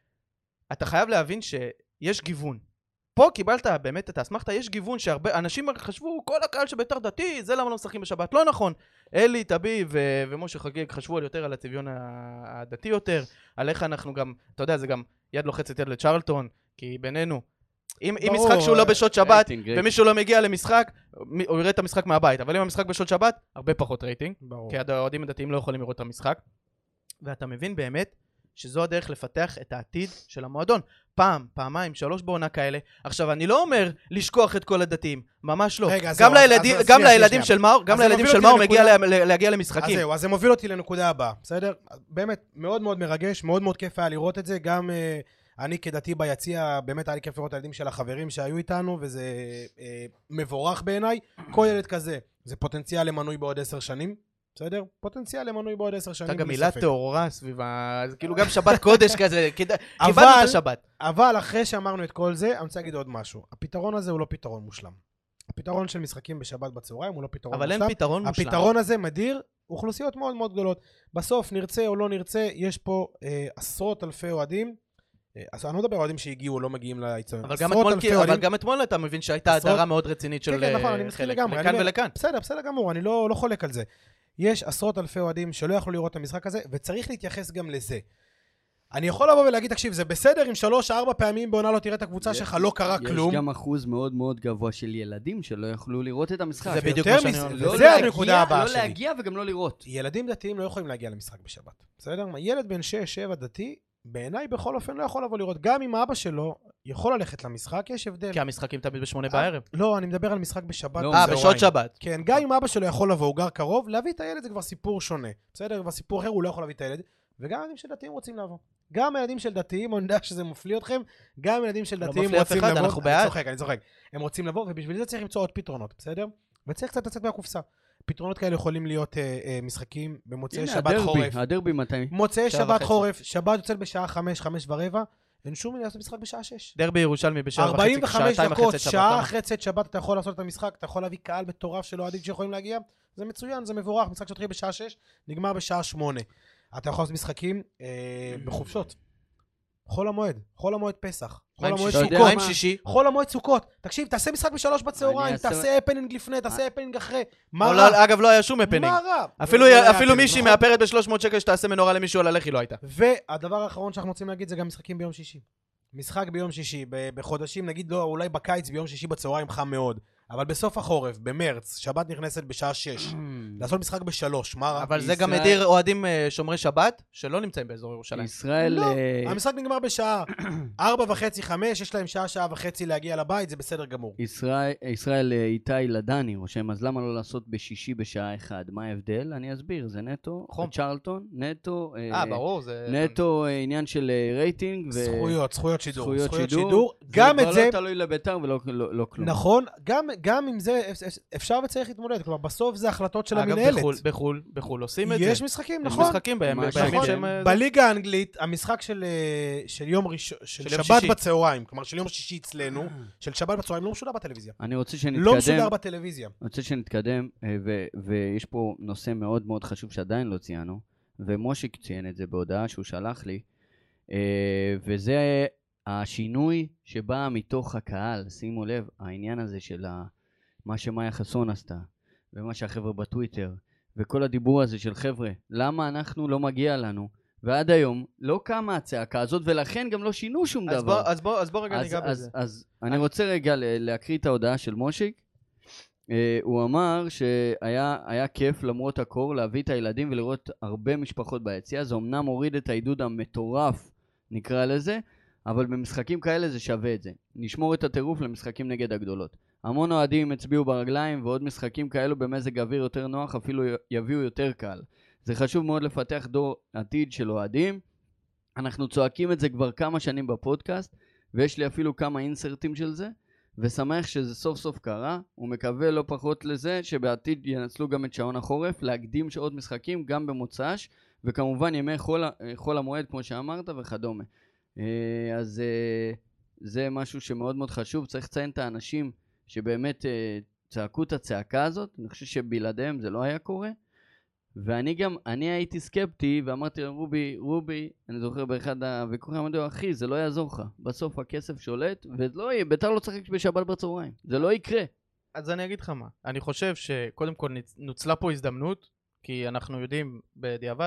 אתה חייב להבין שיש גיוון. פה קיבלת באמת את האסמכתה, יש גיוון שהרבה אנשים חשבו, כל הקהל שבית"ר דתי, זה למה לא משחקים בשבת. לא נכון. אלי, טביב ו- ומשה חגיג חשבו על יותר על הצביון ה- הדתי יותר, על איך אנחנו גם, אתה יודע, זה גם יד לוחצת יד לצ'רלטון, כי בינינו, אם, אם ברור, משחק שהוא לא בשעות שבת, רייטינג, רייטינג. ומישהו לא מגיע למשחק, מי- הוא יראה את המשחק מהבית, אבל אם המשחק בשעות שבת, הרבה פחות רייטינג, ברור. כי האוהדים הדתיים לא יכולים לראות את המשחק, ואתה מבין באמת שזו הדרך לפתח את העתיד של המועדון. פעם, פעמיים, שלוש בעונה כאלה. עכשיו, אני לא אומר לשכוח את כל הדתיים, ממש לא. רגע, אז גם זהו, אז- לילדים, אז גם שנייה, לילדים שנייה. של מאור, גם אז זה לילדים מוביל של אותי מאור מגיע לנקודה- לה- להגיע אז למשחקים. זהו, אז זה מוביל אותי לנקודה הבאה, בסדר? באמת, מאוד מאוד מרגש, מאוד מאוד כיף היה לראות את זה, גם אה, אני כדתי ביציע, באמת היה לי כיף לראות את הילדים של החברים שהיו איתנו, וזה אה, מבורך בעיניי. כל ילד כזה, זה פוטנציאל למנוי בעוד עשר שנים, בסדר? פוטנציאל למנוי בעוד עשר שנים, הייתה גם בלי מילה ספק. טהורה סביב ה... זה כאילו גם שבת קודש כזה, כדא- אבל- קיבלנו את השבת. אבל אחרי שאמרנו את כל זה, אני רוצה להגיד עוד משהו. הפתרון הזה הוא לא פתרון מושלם. הפתרון של משחקים בשבת בצהריים הוא לא פתרון אבל מושלם. אין פתרון מושלם. הפתרון הזה מדיר אוכלוסיות מאוד מאוד גדולות. בסוף, נרצה או לא נרצה, יש פה אה, עשרות אלפי אוהדים. אה, אז אני לא מדבר על אוהדים שהגיעו או לא מגיעים לאיצטדיון. אבל גם עשרות אתמול, אלפי כי- אבל אוהדים. גם אתמול אתה מבין שהייתה עשרות- הדרה מאוד רצינית של כן, כן, נכון, אה, אני מסכים חלק, לגמרי. לכאן אני אומר- ולכאן. בסדר, בסדר גמור, אני לא, לא חולק על זה. יש עשרות אלפי אוהדים שלא יכלו לראות את המשחק הזה, וצריך להתייחס גם לזה. אני יכול לבוא ולהגיד, תקשיב, זה בסדר אם שלוש, ארבע פעמים בעונה לא תראה את הקבוצה יש- שלך, לא קרה כלום. יש גם אחוז מאוד מאוד גבוה של ילדים שלא יכלו לראות את המשחק. זה בדיוק יותר מה שאני מזה, אומר. לא וזה להגיע- הנקודה הבאה לא שלי. להגיע וגם לא לראות. ילדים דתיים לא יכולים להגיע למשחק בשבת, בסדר? ילד בן שש, שבע דתי, בעיניי בכל אופן לא יכול לבוא לראות. גם אם אבא שלו יכול ללכת למשחק, יש הבדל. כי המשחקים תמיד בשמונה בערב. לא, אני מדבר על משחק בשבת. לא, אה, בצהריים. בשעות שבת. כן, גם אם אבא שלו יכול לבוא, הוא גר קרוב, להביא את הילד זה כבר סיפור שונה. בסדר? כבר סיפור אחר, הוא לא יכול להביא את הילד. וגם ילדים של דתיים רוצים לבוא. גם ילדים של דתיים, אני יודע שזה מפליא אתכם, גם ילדים של לא דתיים מפליא אף רוצים אחד, לבוא. אנחנו אני בעד. צוחק, אני צוחק. הם רוצים לבוא, ובשביל זה צריך למצוא עוד פתרונות, בסדר? וצריך קצת לצאת מהקופסה. פתרונות כאלה יכולים להיות אה, אה, משחקים במוצאי הנה, שבת הדרבי, חורף. הדרבי מתי? מוצאי שעה שבת וחצי. חורף, שבת יוצאת בשעה חמש, חמש ורבע, אין שום עניין לעשות משחק בשעה שש. דרבי ירושלמי בשעה וחצי, ארבעים וחמש שעתיים אחרי דקות, צאת שבת. שעה אה? אחרי צאת שבת אתה יכול לעשות את המשחק, אתה יכול להביא קהל מטורף של אוהדים שיכולים להגיע, זה מצוין, זה מבורך, משחק שהתחיל בשעה שש, נגמר בשעה שמונה. אתה יכול לעשות משחקים אה, בחופשות. חול המועד, חול המועד פסח, מה חול עם המועד שישי? יודע מה סוכות, עם מה? שישי? חול המועד סוכות. תקשיב, תעשה משחק בשלוש בצהריים, אני אעשה- תעשה הפנינג לפני, תעשה הפנינג אחרי. מה אבל רע? לא- אגב, לא היה שום הפנינג. מה רע? אפילו לא היה אפילו הפנינג, מישהי נכון? מאפרת ב-שלוש מאות שקל שתעשה מנורה למישהו על הלחי לא הייתה. והדבר האחרון שאנחנו רוצים להגיד זה גם משחקים ביום שישי. משחק ביום שישי, ב- בחודשים, נגיד לא, אולי בקיץ ביום שישי בצהריים חם מאוד. אבל בסוף החורף, במרץ, שבת נכנסת בשעה שש, לעשות משחק בשלוש, מה רע? אבל זה גם מדיר אוהדים שומרי שבת, שלא נמצאים באזור ירושלים. ישראל... לא, המשחק נגמר בשעה ארבע וחצי, חמש, יש להם שעה, שעה וחצי להגיע לבית, זה בסדר גמור. ישראל איתי לדני רושם, אז למה לא לעשות בשישי בשעה אחד? מה ההבדל? אני אסביר, זה נטו, צ'רלטון, נטו... אה, ברור, זה... נטו עניין של רייטינג ו... זכויות, זכויות שידור. זכויות שידור. גם את זה... זה כבר לא תלוי לביתר ולא כלום. נכון, גם עם זה אפשר וצריך להתמודד, כלומר, בסוף זה החלטות של המנהלת. אגב, בחול, בחול, בחול עושים את זה. יש משחקים, נכון. יש משחקים בהם. בליגה האנגלית, המשחק של יום ראשון, של שבת בצהריים, כלומר, של יום שישי אצלנו, של שבת בצהריים, לא משודר בטלוויזיה. אני רוצה שנתקדם. לא משודר בטלוויזיה. אני רוצה שנתקדם, ויש פה נושא מאוד מאוד חשוב שעדיין לא ציינו, ומושיק ציין את זה בהודעה שהוא שלח לי, וזה השינוי שבא מתוך הקהל. שימו לב, העניין הזה של מה שמאיה חסון עשתה, ומה שהחבר'ה בטוויטר, וכל הדיבור הזה של חבר'ה, למה אנחנו לא מגיע לנו, ועד היום לא קמה הצעקה הזאת, ולכן גם לא שינו שום אז דבר. בוא, אז בוא, אז בוא רגע ניגע בזה. אז, אז אני רוצה רגע להקריא את ההודעה של מושיק. Uh, הוא אמר שהיה היה כיף למרות הקור להביא את הילדים ולראות הרבה משפחות ביציאה. זה אמנם הוריד את העידוד המטורף, נקרא לזה, אבל במשחקים כאלה זה שווה את זה. נשמור את הטירוף למשחקים נגד הגדולות. המון אוהדים הצביעו ברגליים, ועוד משחקים כאלו במזג אוויר יותר נוח אפילו יביאו יותר קל. זה חשוב מאוד לפתח דור עתיד של אוהדים. אנחנו צועקים את זה כבר כמה שנים בפודקאסט, ויש לי אפילו כמה אינסרטים של זה, ושמח שזה סוף סוף קרה, ומקווה לא פחות לזה שבעתיד ינצלו גם את שעון החורף, להקדים שעות משחקים גם במוצ"ש, וכמובן ימי חול, חול המועד כמו שאמרת וכדומה. אז זה משהו שמאוד מאוד חשוב, צריך לציין את האנשים שבאמת צעקו את הצעקה הזאת, אני חושב שבלעדיהם זה לא היה קורה, ואני גם, אני הייתי סקפטי ואמרתי לרובי, רובי, אני זוכר באחד הוויכוחים, אמרתי לו, אחי, זה לא יעזור לך, בסוף הכסף שולט, ולא יהיה, בית"ר לא צריך בשבת בצהריים, זה לא יקרה. אז אני אגיד לך מה, אני חושב שקודם כל נוצלה פה הזדמנות, כי אנחנו יודעים בדיעבד,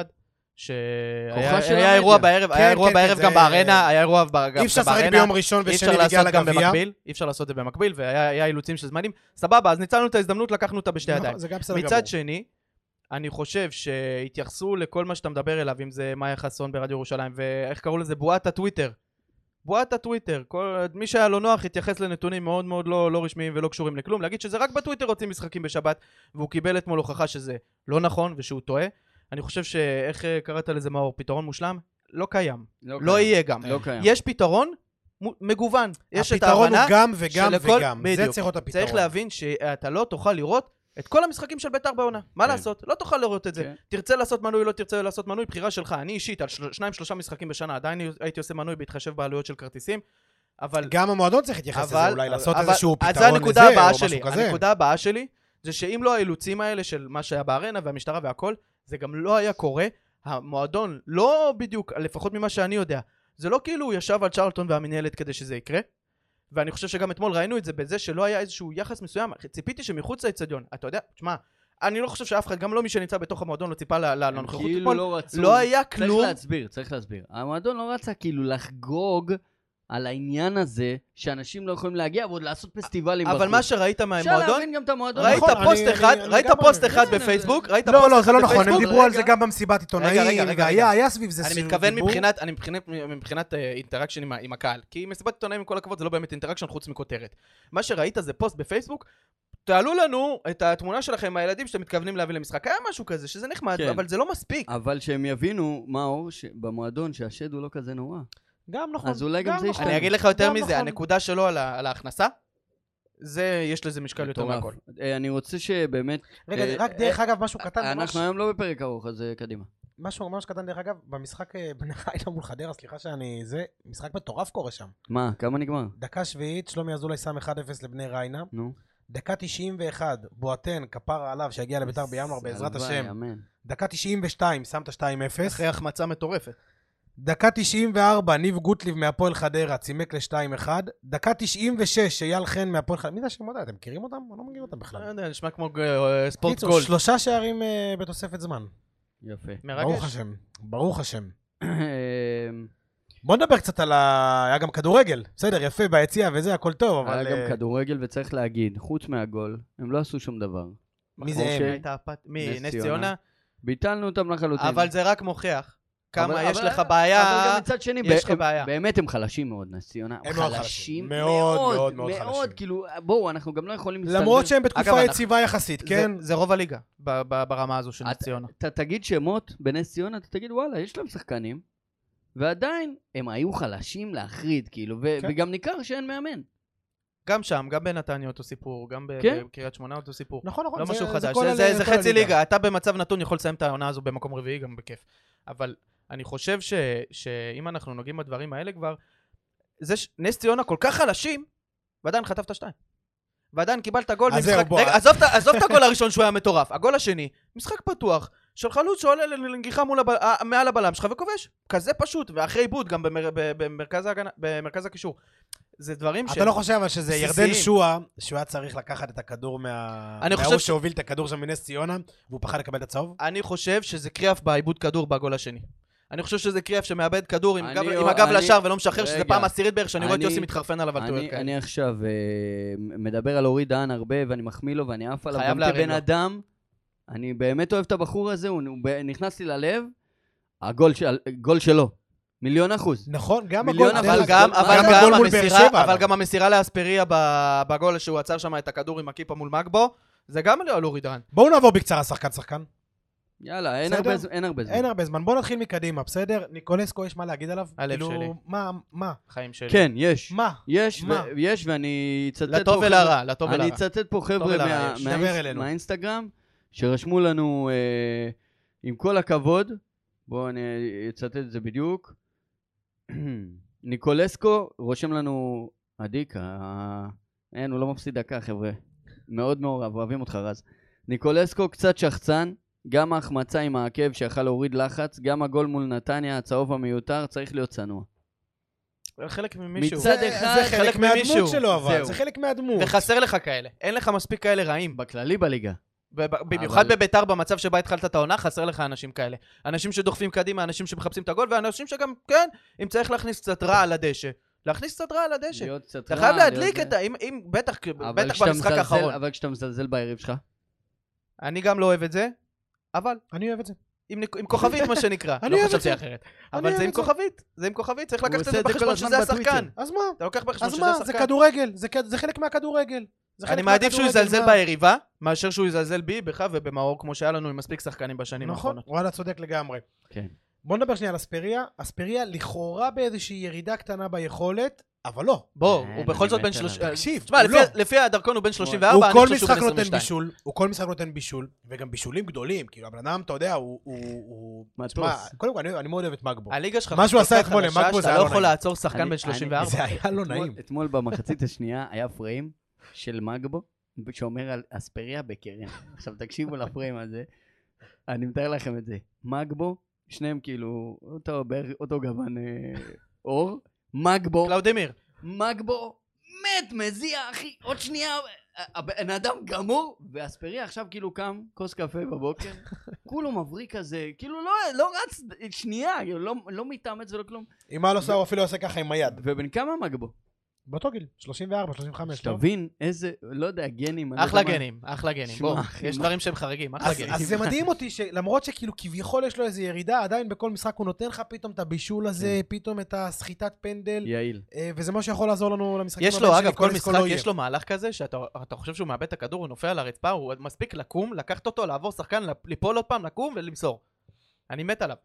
שהיה אירוע בערב, היה אירוע בערב גם בארנה, היה אירוע גם בארנה. אי אפשר לשחק ביום ראשון ושני להגיע לגביע. אי אפשר לעשות את זה במקביל, והיה אילוצים של זמנים. סבבה, אז ניצלנו את ההזדמנות, לקחנו אותה בשתי ידיים. מצד שני, אני חושב שהתייחסו לכל מה שאתה מדבר אליו, אם זה מאיה חסון ברדיו ירושלים, ואיך קראו לזה? בועת הטוויטר. בועת הטוויטר. מי שהיה לו נוח התייחס לנתונים מאוד מאוד לא רשמיים ולא קשורים לכלום. להגיד שזה רק בטוויטר רוצים משחקים בשבת, והוא קיבל אתמול הוכחה שזה לא נכון ושהוא טועה. אני חושב שאיך קראת לזה מאור, פתרון מושלם? לא קיים. לא, לא יהיה גם. לא קיים. יש פתרון מגוון. יש את הפתרון הוא ההבנה גם וגם שלכל... וגם. בדיוק. זה צריך להיות הפתרון. צריך להבין שאתה לא תוכל לראות את כל המשחקים של בית"ר בעונה. מה כן. לעשות? לא תוכל לראות את זה. כן. תרצה לעשות מנוי, לא תרצה לעשות מנוי, בחירה שלך. אני אישית על של... שניים שלושה משחקים בשנה, עדיין הייתי עושה מנוי בהתחשב בעלויות של כרטיסים. אבל... גם המועדון צריך להתייחס לזה, אולי לעשות אבל... איזשהו אבל... פתרון לזה או משהו כזה. הנקודה הבאה שלי זה שאם לא האילוצים האלה של מה שהיה בארנה והמשטרה והכל, זה גם לא היה קורה. המועדון לא בדיוק, לפחות ממה שאני יודע, זה לא כאילו הוא ישב על צ'רלטון והמנהלת כדי שזה יקרה, ואני חושב שגם אתמול ראינו את זה בזה שלא היה איזשהו יחס מסוים. ציפיתי שמחוץ לאצטדיון, אתה יודע, תשמע, אני לא חושב שאף אחד, גם לא מי שנמצא בתוך המועדון לא ציפה לנוכחות אתמול, לא היה כלום. צריך להסביר, צריך להסביר. המועדון לא רצה כאילו לחגוג על העניין הזה שאנשים לא יכולים להגיע ועוד לעשות פסטיבלים בחוץ. אבל מה שראית מהמועדון, אפשר להבין גם את המועדון. ראית פוסט אחד, ראית פוסט אחד בפייסבוק, ראית פוסט אחד בפייסבוק. לא, לא, זה לא נכון, הם דיברו על זה גם במסיבת עיתונאים, היה סביב זה דיבור. אני מתכוון מבחינת, אני מבחינת אינטראקשן עם הקהל, כי מסיבת עיתונאים עם כל הכבוד זה לא באמת אינטראקשן חוץ מכותרת. מה שראית זה פוסט בפייסבוק, תעלו לנו את התמונה שלכם מהילדים שאתם מתכוונים להביא למשחק. היה משהו כזה שזה נחמד, אבל זה לא מספיק. אבל שהם יבינו, מאור, במועדון שהשד הוא לא כזה נורא. גם נכון. אז אולי גם זה ישתנה. אני אגיד לך יותר מזה, הנקודה שלו על ההכנסה, זה, יש לזה משקל יותר מהכל. אני רוצה שבאמת... רגע, רק דרך אגב, משהו קטן. אנחנו היום לא בפרק ארוך, אז קדימה. משהו ממש קטן דרך אגב, במשחק בני חיפה מול חדרה, סליחה שאני... זה משחק מטורף קורה שם. מה? כמה נגמר? דקה שביעית, שלומי אזולאי שם אחד אפס לבני ריינה. נו. דקה תשעים ואחת, בואטן, כפרה עליו, שהגיע לביתר בינואר בעזרת השם. דקה תשעים ושתיים, שם את ה-שתיים אפס. אחרי החמצה מטורפת. דקה תשעים וארבע, ניב גוטליב מהפועל חדרה, צימק ל-שתיים אחד. דקה תשעים ושש, אייל חן מהפועל חדרה. מי זה השם יודע? אתם מכירים אותם? אני לא מכיר אותם בכלל. לא יודע, נשמע כמו ספורט גולד. שלושה שערים בתוספת זמן. יפה. מרגש. ברוך השם, ברוך השם. בוא נדבר קצת על ה... היה גם כדורגל. בסדר, יפה, ביציאה וזה, הכל טוב, אבל... היה גם כדורגל, וצריך להגיד, חוץ מהגול, הם לא עשו שום דבר. מי זה הם? מי? נס ציונה? ביטלנו אותם לחלוטין. אבל זה רק מוכיח. כמה יש לך אבל בעיה, גם מצד שני, יש לך בעיה. באמת הם חלשים מאוד, נס ציונה. הם מאוד חלשים. מאוד, מאוד, מאוד חלשים. כאילו, בואו, אנחנו גם לא יכולים... למרות שהם בתקופה יציבה יחסית, כן? זה רוב הליגה, ברמה הזו של נס ציונה. אתה תגיד שמות בנס ציונה, אתה תגיד, וואלה, יש להם שחקנים, ועדיין הם היו חלשים להחריד, כאילו, וגם ניכר שאין מאמן. גם שם, גם בנתניה אותו סיפור, גם בקריית שמונה אותו סיפור. נכון, נכון. לא משהו חדש, זה חצי ליגה. אתה במצב נתון יכול לסיים את העונה הזו במקום רביעי, גם בכיף. אבל אני חושב שאם אנחנו נוגעים בדברים האלה כבר, זה נס ציונה כל כך חלשים, ועדיין חטפת שתיים. ועדיין קיבלת גול ממשחק... רגע, עזוב את הגול הראשון שהוא היה מטורף. הגול השני, משחק פתוח, של חלוץ שעולה לנגיחה מעל הבלם שלך וכובש. כזה פשוט, ואחרי עיבוד גם במרכז הקישור. זה דברים ש... אתה לא חושב אבל שזה ירדן שואה, שהוא היה צריך לקחת את הכדור מהאור שהוביל את הכדור שם מנס ציונה, והוא פחד לקבל את הצהוב? אני חושב שזה קריאף בעיבוד כדור בגול השני. אני חושב שזה קריאף שמאבד כדור עם הגב לשער ולא משחרר, שזה פעם עשירית בערך שאני רואה את יוסי מתחרפן עליו על טעויות כאלה. אני עכשיו מדבר על אורי דהן הרבה ואני מחמיא לו ואני עף עליו גם כבן אדם. אני באמת אוהב את הבחור הזה, הוא נכנס לי ללב, הגול שלו. מיליון אחוז. נכון, גם הגול. אבל גם המסירה לאספריה בגול שהוא עצר שם את הכדור עם הקיפה מול מגבו, זה גם על אורי דהן. בואו נעבור בקצרה שחקן שחקן. יאללה, אין הרבה זמן. אין הרבה זמן. בואו נתחיל מקדימה, בסדר? ניקולסקו, יש מה להגיד עליו? הלב שלי. מה? מה? חיים שלי. כן, יש. מה? יש, יש, ואני אצטט פה... לטוב ולרע, לטוב ולרע. אני אצטט פה חבר'ה מהאינסטגרם, שרשמו לנו, עם כל הכבוד, בואו אני אצטט את זה בדיוק. ניקולסקו רושם לנו עדיק, אין, הוא לא מפסיד דקה חבר'ה, מאוד מעורב, אוהבים אותך רז. ניקולסקו קצת שחצן, גם ההחמצה עם העקב שיכל להוריד לחץ, גם הגול מול נתניה, הצהוב המיותר, צריך להיות צנוע. חלק ממישהו. מצד אחד, זה חלק מהדמות שלו אבל, זה חלק מהדמות. וחסר לך כאלה, אין לך מספיק כאלה רעים. בכללי בליגה. במיוחד בביתר במצב שבה התחלת את העונה, חסר לך אנשים כאלה. אנשים שדוחפים קדימה, אנשים שמחפשים את הגול, ואנשים שגם, כן, אם צריך להכניס קצת רע על הדשא. להכניס קצת רע על הדשא. אתה חייב להדליק את ה... בטח במשחק האחרון. אבל כשאתה מזלזל ביריב שלך? אני גם לא אוהב את זה, אבל... אני אוהב את זה. עם כוכבית מה שנקרא. לא חשבתי אחרת. אבל זה עם כוכבית. זה עם כוכבית, צריך לקחת את זה בחשבון שזה השחקן. אז מה? אתה לוקח בחשבון שזה השחקן. אז מה? זה כדורגל. זה חלק מהכדורגל. אני מעדיף שהוא יזלזל ביריבה, מאשר שהוא יזלזל בי, בך ובמאור, כמו שהיה לנו עם מספיק שחקנים בשנים האחרונות. נכון, וואלה, צודק לגמרי. כן. בוא נדבר שנייה על אספריה. אספריה לכאורה באיזושהי ירידה קטנה ביכולת, אבל לא. בוא, הוא בכל זאת בן שלושים... תקשיב, תשמע, לפי הדרכון הוא בן שלושים וארבע, אני חושב שהוא בן עשרים ושתיים. הוא כל משחק נותן בישול, וגם בישולים גדולים, כאילו הבן אדם, אתה יודע, הוא... מטוס. קודם כל, אני מאוד אוהב את מגבו. הליגה שלך... מה שהוא עשה אתמול למגבו זה היה לא לא יכול נעים. לעצור שחקן בן שלושים וארבע. זה היה לא נעים. אתמול במחצית השנייה היה פריים של מגבו, שאומר על אספריה בקרן. עכשיו תקשיבו לפריים הזה, אני מתאר לכם את זה. מגבו, שניהם כאילו, אותו גוון אור, מגבו, קלאודמיר. מגבו, מת, מזיע, אחי, עוד שנייה, הבן אדם גמור, ואספריה עכשיו כאילו קם, כוס קפה בבוקר, כולו מבריק כזה, כאילו לא, לא רץ שנייה, לא, לא מתאמץ ולא כלום. אם מה לא עושה, הוא אפילו עושה ככה עם היד. ובן כמה מגבו? באותו גיל, שלושים וארבע, שלושים וחמש. שתבין איזה, לא יודע, גנים. אחלה גנים, אחלה גנים. בוא, יש דברים שהם חריגים, אחלה גנים. אז זה מדהים אותי שלמרות שכאילו כביכול יש לו איזו ירידה, עדיין בכל משחק הוא נותן לך פתאום את הבישול הזה, פתאום את הסחיטת פנדל. יעיל. וזה מה שיכול לעזור לנו למשחקים. יש לו, אגב, כל משחק יש לו מהלך כזה, שאתה חושב שהוא מאבד את הכדור, הוא נופל על הרצפה, הוא מספיק לקום, לקחת אותו, לעבור שחקן, ליפול עוד פעם, לקום ולמסור. אני מת עליו.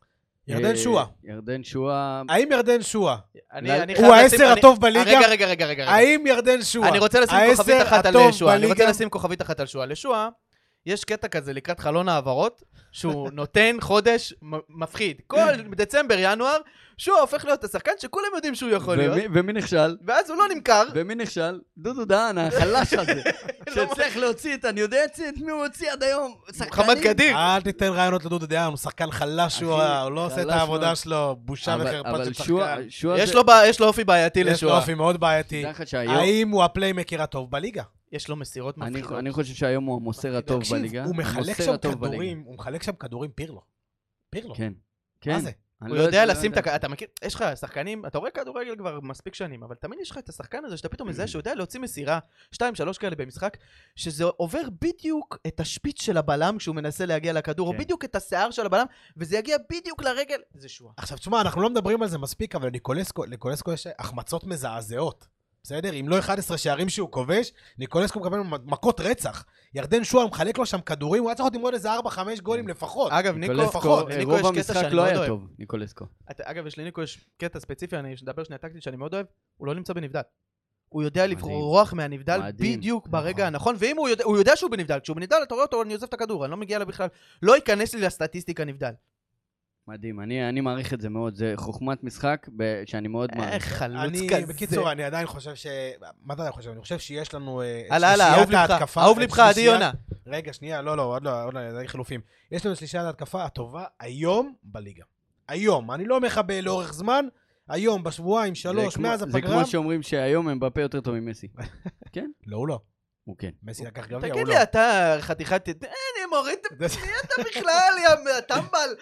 ירדן שואה. ירדן שואה. האם ירדן שואה? הוא העשר הטוב בליגה? רגע, רגע, רגע, רגע. האם ירדן שואה? אני רוצה לשים כוכבית אחת על שואה. אני רוצה לשים כוכבית אחת על שואה. לשואה, יש קטע כזה לקראת חלון העברות, שהוא נותן חודש מפחיד. כל דצמבר, ינואר, שואה הופך להיות השחקן שכולם יודעים שהוא יכול להיות. ומי נכשל? ואז הוא לא נמכר. ומי נכשל? דודו דהן, החלש הזה. שצריך להוציא את, אני יודע את מי הוא הוציא עד היום. מוחמד גדיר. אל תיתן רעיונות לדודו דהן, הוא שחקן חלש, הוא לא עושה את העבודה שלו, בושה וחרפה של שחקן. יש לו אופי בעייתי לשואה. יש לו אופי מאוד בעייתי. האם הוא הפליימקר הטוב בליגה? יש לו מסירות מפחידות. אני חושב שהיום הוא המוסר הטוב בליגה. הוא מחלק שם כדורים, הוא מחלק שם כדורים פירלו. פירלו. כן. מה זה? הוא יודע לשים את... אתה מכיר, יש לך שחקנים, אתה רואה כדורגל כבר מספיק שנים, אבל תמיד יש לך את השחקן הזה שאתה פתאום מזהה שהוא יודע להוציא מסירה, שתיים, שלוש כאלה במשחק, שזה עובר בדיוק את השפיץ של הבלם כשהוא מנסה להגיע לכדור, או בדיוק את השיער של הבלם, וזה יגיע בדיוק לרגל, זה שואה. עכשיו, תשמע, אנחנו לא מדברים על זה מספיק, אבל ניקולסקו, ניקולסקו יש החמצות מזעזעות. בסדר? אם לא אחד עשר שערים שהוא כובש, ניקולסקו מקבל מכות רצח. ירדן שועה מחלק לו שם כדורים, הוא היה צריך להיות עם עוד איזה ארבע חמש גולים לפחות. אגב, ניקו, לפחות. ניקו רוב המשחק לא היה טוב, ניקולסקו. אגב, יש לניקו יש קטע ספציפי, אני אדבר שנייה טקטית שאני מאוד אוהב, הוא לא נמצא בנבדל. הוא יודע לברוח מהנבדל בדיוק ברגע הנכון, ואם הוא יודע שהוא בנבדל, כשהוא בנבדל, אתה רואה אותו, אני עוזב את הכדור, אני לא מגיע לה בכלל, לא ייכנס לי לסטטיסטיקה נבדל. מדהים, אני, אני מעריך את זה מאוד, זה חוכמת משחק ב- שאני מאוד מעריך. איך חלוץ אני, כזה. בקיצור, אני עדיין חושב ש... מה אתה עדיין חושב? אני חושב שיש לנו... הלאה, הלאה, אהוב לבך, אהוב לבך, עדי יונה. רגע, שנייה, לא, לא, עוד לא, עוד לא, זה חילופים. יש לנו שלישיית ההתקפה הטובה היום בליגה. היום, אני לא מחבל לאורך זמן, היום, בשבועיים, שלוש, מאז הפגרה... זה כמו שאומרים שהיום הם בפה יותר טוב ממסי. כן? לא, הוא לא. הוא כן. מסי לקח גביע, הוא לא. תגיד לי, אתה חתיכת... אני מוריד את הפני, אתה בכלל, יא טמבל.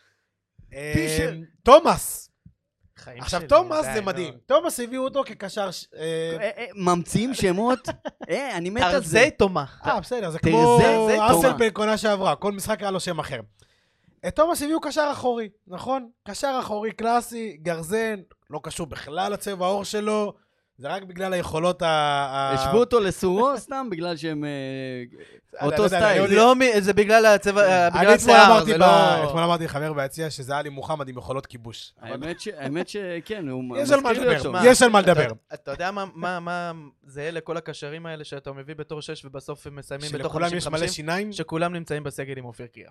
תומאס. עכשיו תומאס זה מדהים. תומאס הביאו אותו כקשר... ממציאים שמות. אני מת על זה. תרזי תומה. אה, בסדר, זה כמו ארסל בקונה שעברה, כל משחק היה לו שם אחר. את תומאס הביאו קשר אחורי, נכון? קשר אחורי קלאסי, גרזן, לא קשור בכלל לצבע העור שלו, זה רק בגלל היכולות ה... השוו אותו לסורו סתם בגלל שהם אותו סטייל. לא, זה בגלל הצבע, בגלל השיער, זה לא... אתמול אמרתי לחבר ביציע שזה עלי מוחמד עם יכולות כיבוש. האמת שכן, הוא יש על מה לדבר, יש על מה לדבר. אתה יודע מה זה לכל הקשרים האלה שאתה מביא בתור שש ובסוף הם מסיימים בתור שלכולם יש מלא שיניים? שכולם נמצאים בסגל עם אופיר קריאף.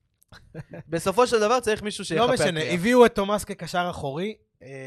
בסופו של דבר צריך מישהו שיחפר קריאף. לא משנה, הביאו את תומאס כקשר אחורי,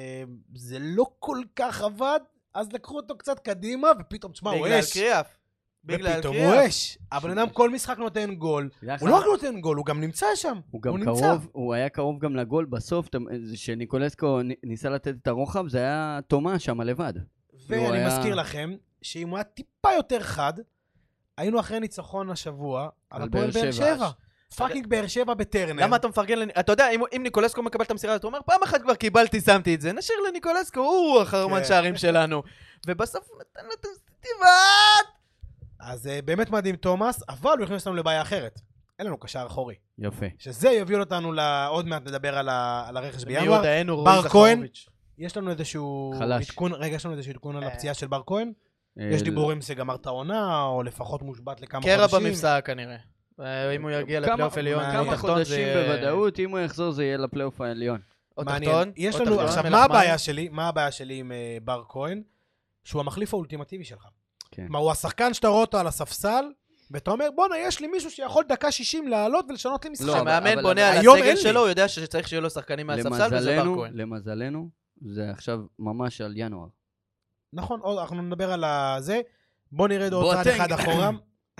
זה לא כל כך עבד, אז לקחו אותו קצת קדימה, ופתאום, תשמע, הוא אש. בגלל קריאף. בגלל ופתאום הוא אש. אבל אדם כל משחק נותן גול. הוא לא רק נותן גול, הוא גם נמצא שם. הוא גם קרוב, הוא היה קרוב גם לגול בסוף, שניקולסקו ניסה לתת את הרוחב, זה היה תומה שם לבד. ואני מזכיר לכם, שאם הוא היה טיפה יותר חד, היינו אחרי ניצחון השבוע, על הפועל באר שבע. פאקינג באר שבע בטרנר. למה אתה מפרגן לניקולסקו? אתה יודע, אם ניקולסקו מקבל את המסירה, אתה אומר, פעם אחת כבר קיבלתי, שמתי את זה, נשאיר לניקולסקו, הוא החרמן שערים שלנו. ובסוף נתן לו את הסטיבת! אז באמת מדהים תומאס, אבל הוא הכניס לנו לבעיה אחרת. אין לנו קשר אחורי. יפה. שזה יוביל אותנו לעוד מעט לדבר על הרכש בינואר. בר כהן, יש לנו איזשהו עדכון, רגע, יש לנו איזשהו עדכון על הפציעה של בר כהן? יש דיבורים שגמר את העונה, או לפחות מושבת לכמה חודשים. קרע במפסע כנראה. אם הוא יגיע לפלייאוף עליון, כמה חודשים בוודאות, אם הוא יחזור זה יהיה לפלייאוף העליון. מעניין. יש לנו, עכשיו, מה הבעיה שלי? מה הבעיה שלי עם בר כהן? שהוא המחליף האולטימטיבי שלך. מה, הוא השחקן שאתה רואה אותו על הספסל, ואתה אומר, בוא'נה, יש לי מישהו שיכול דקה שישים לעלות ולשנות לי משחק. המאמן בונה על הסגל שלו, הוא יודע שצריך שיהיה לו שחקנים מהספסל, וזה בר כהן. למזלנו, זה עכשיו ממש על ינואר. נכון, אנחנו נדבר על זה. בוא נרד עוד צעד אחד אחורה.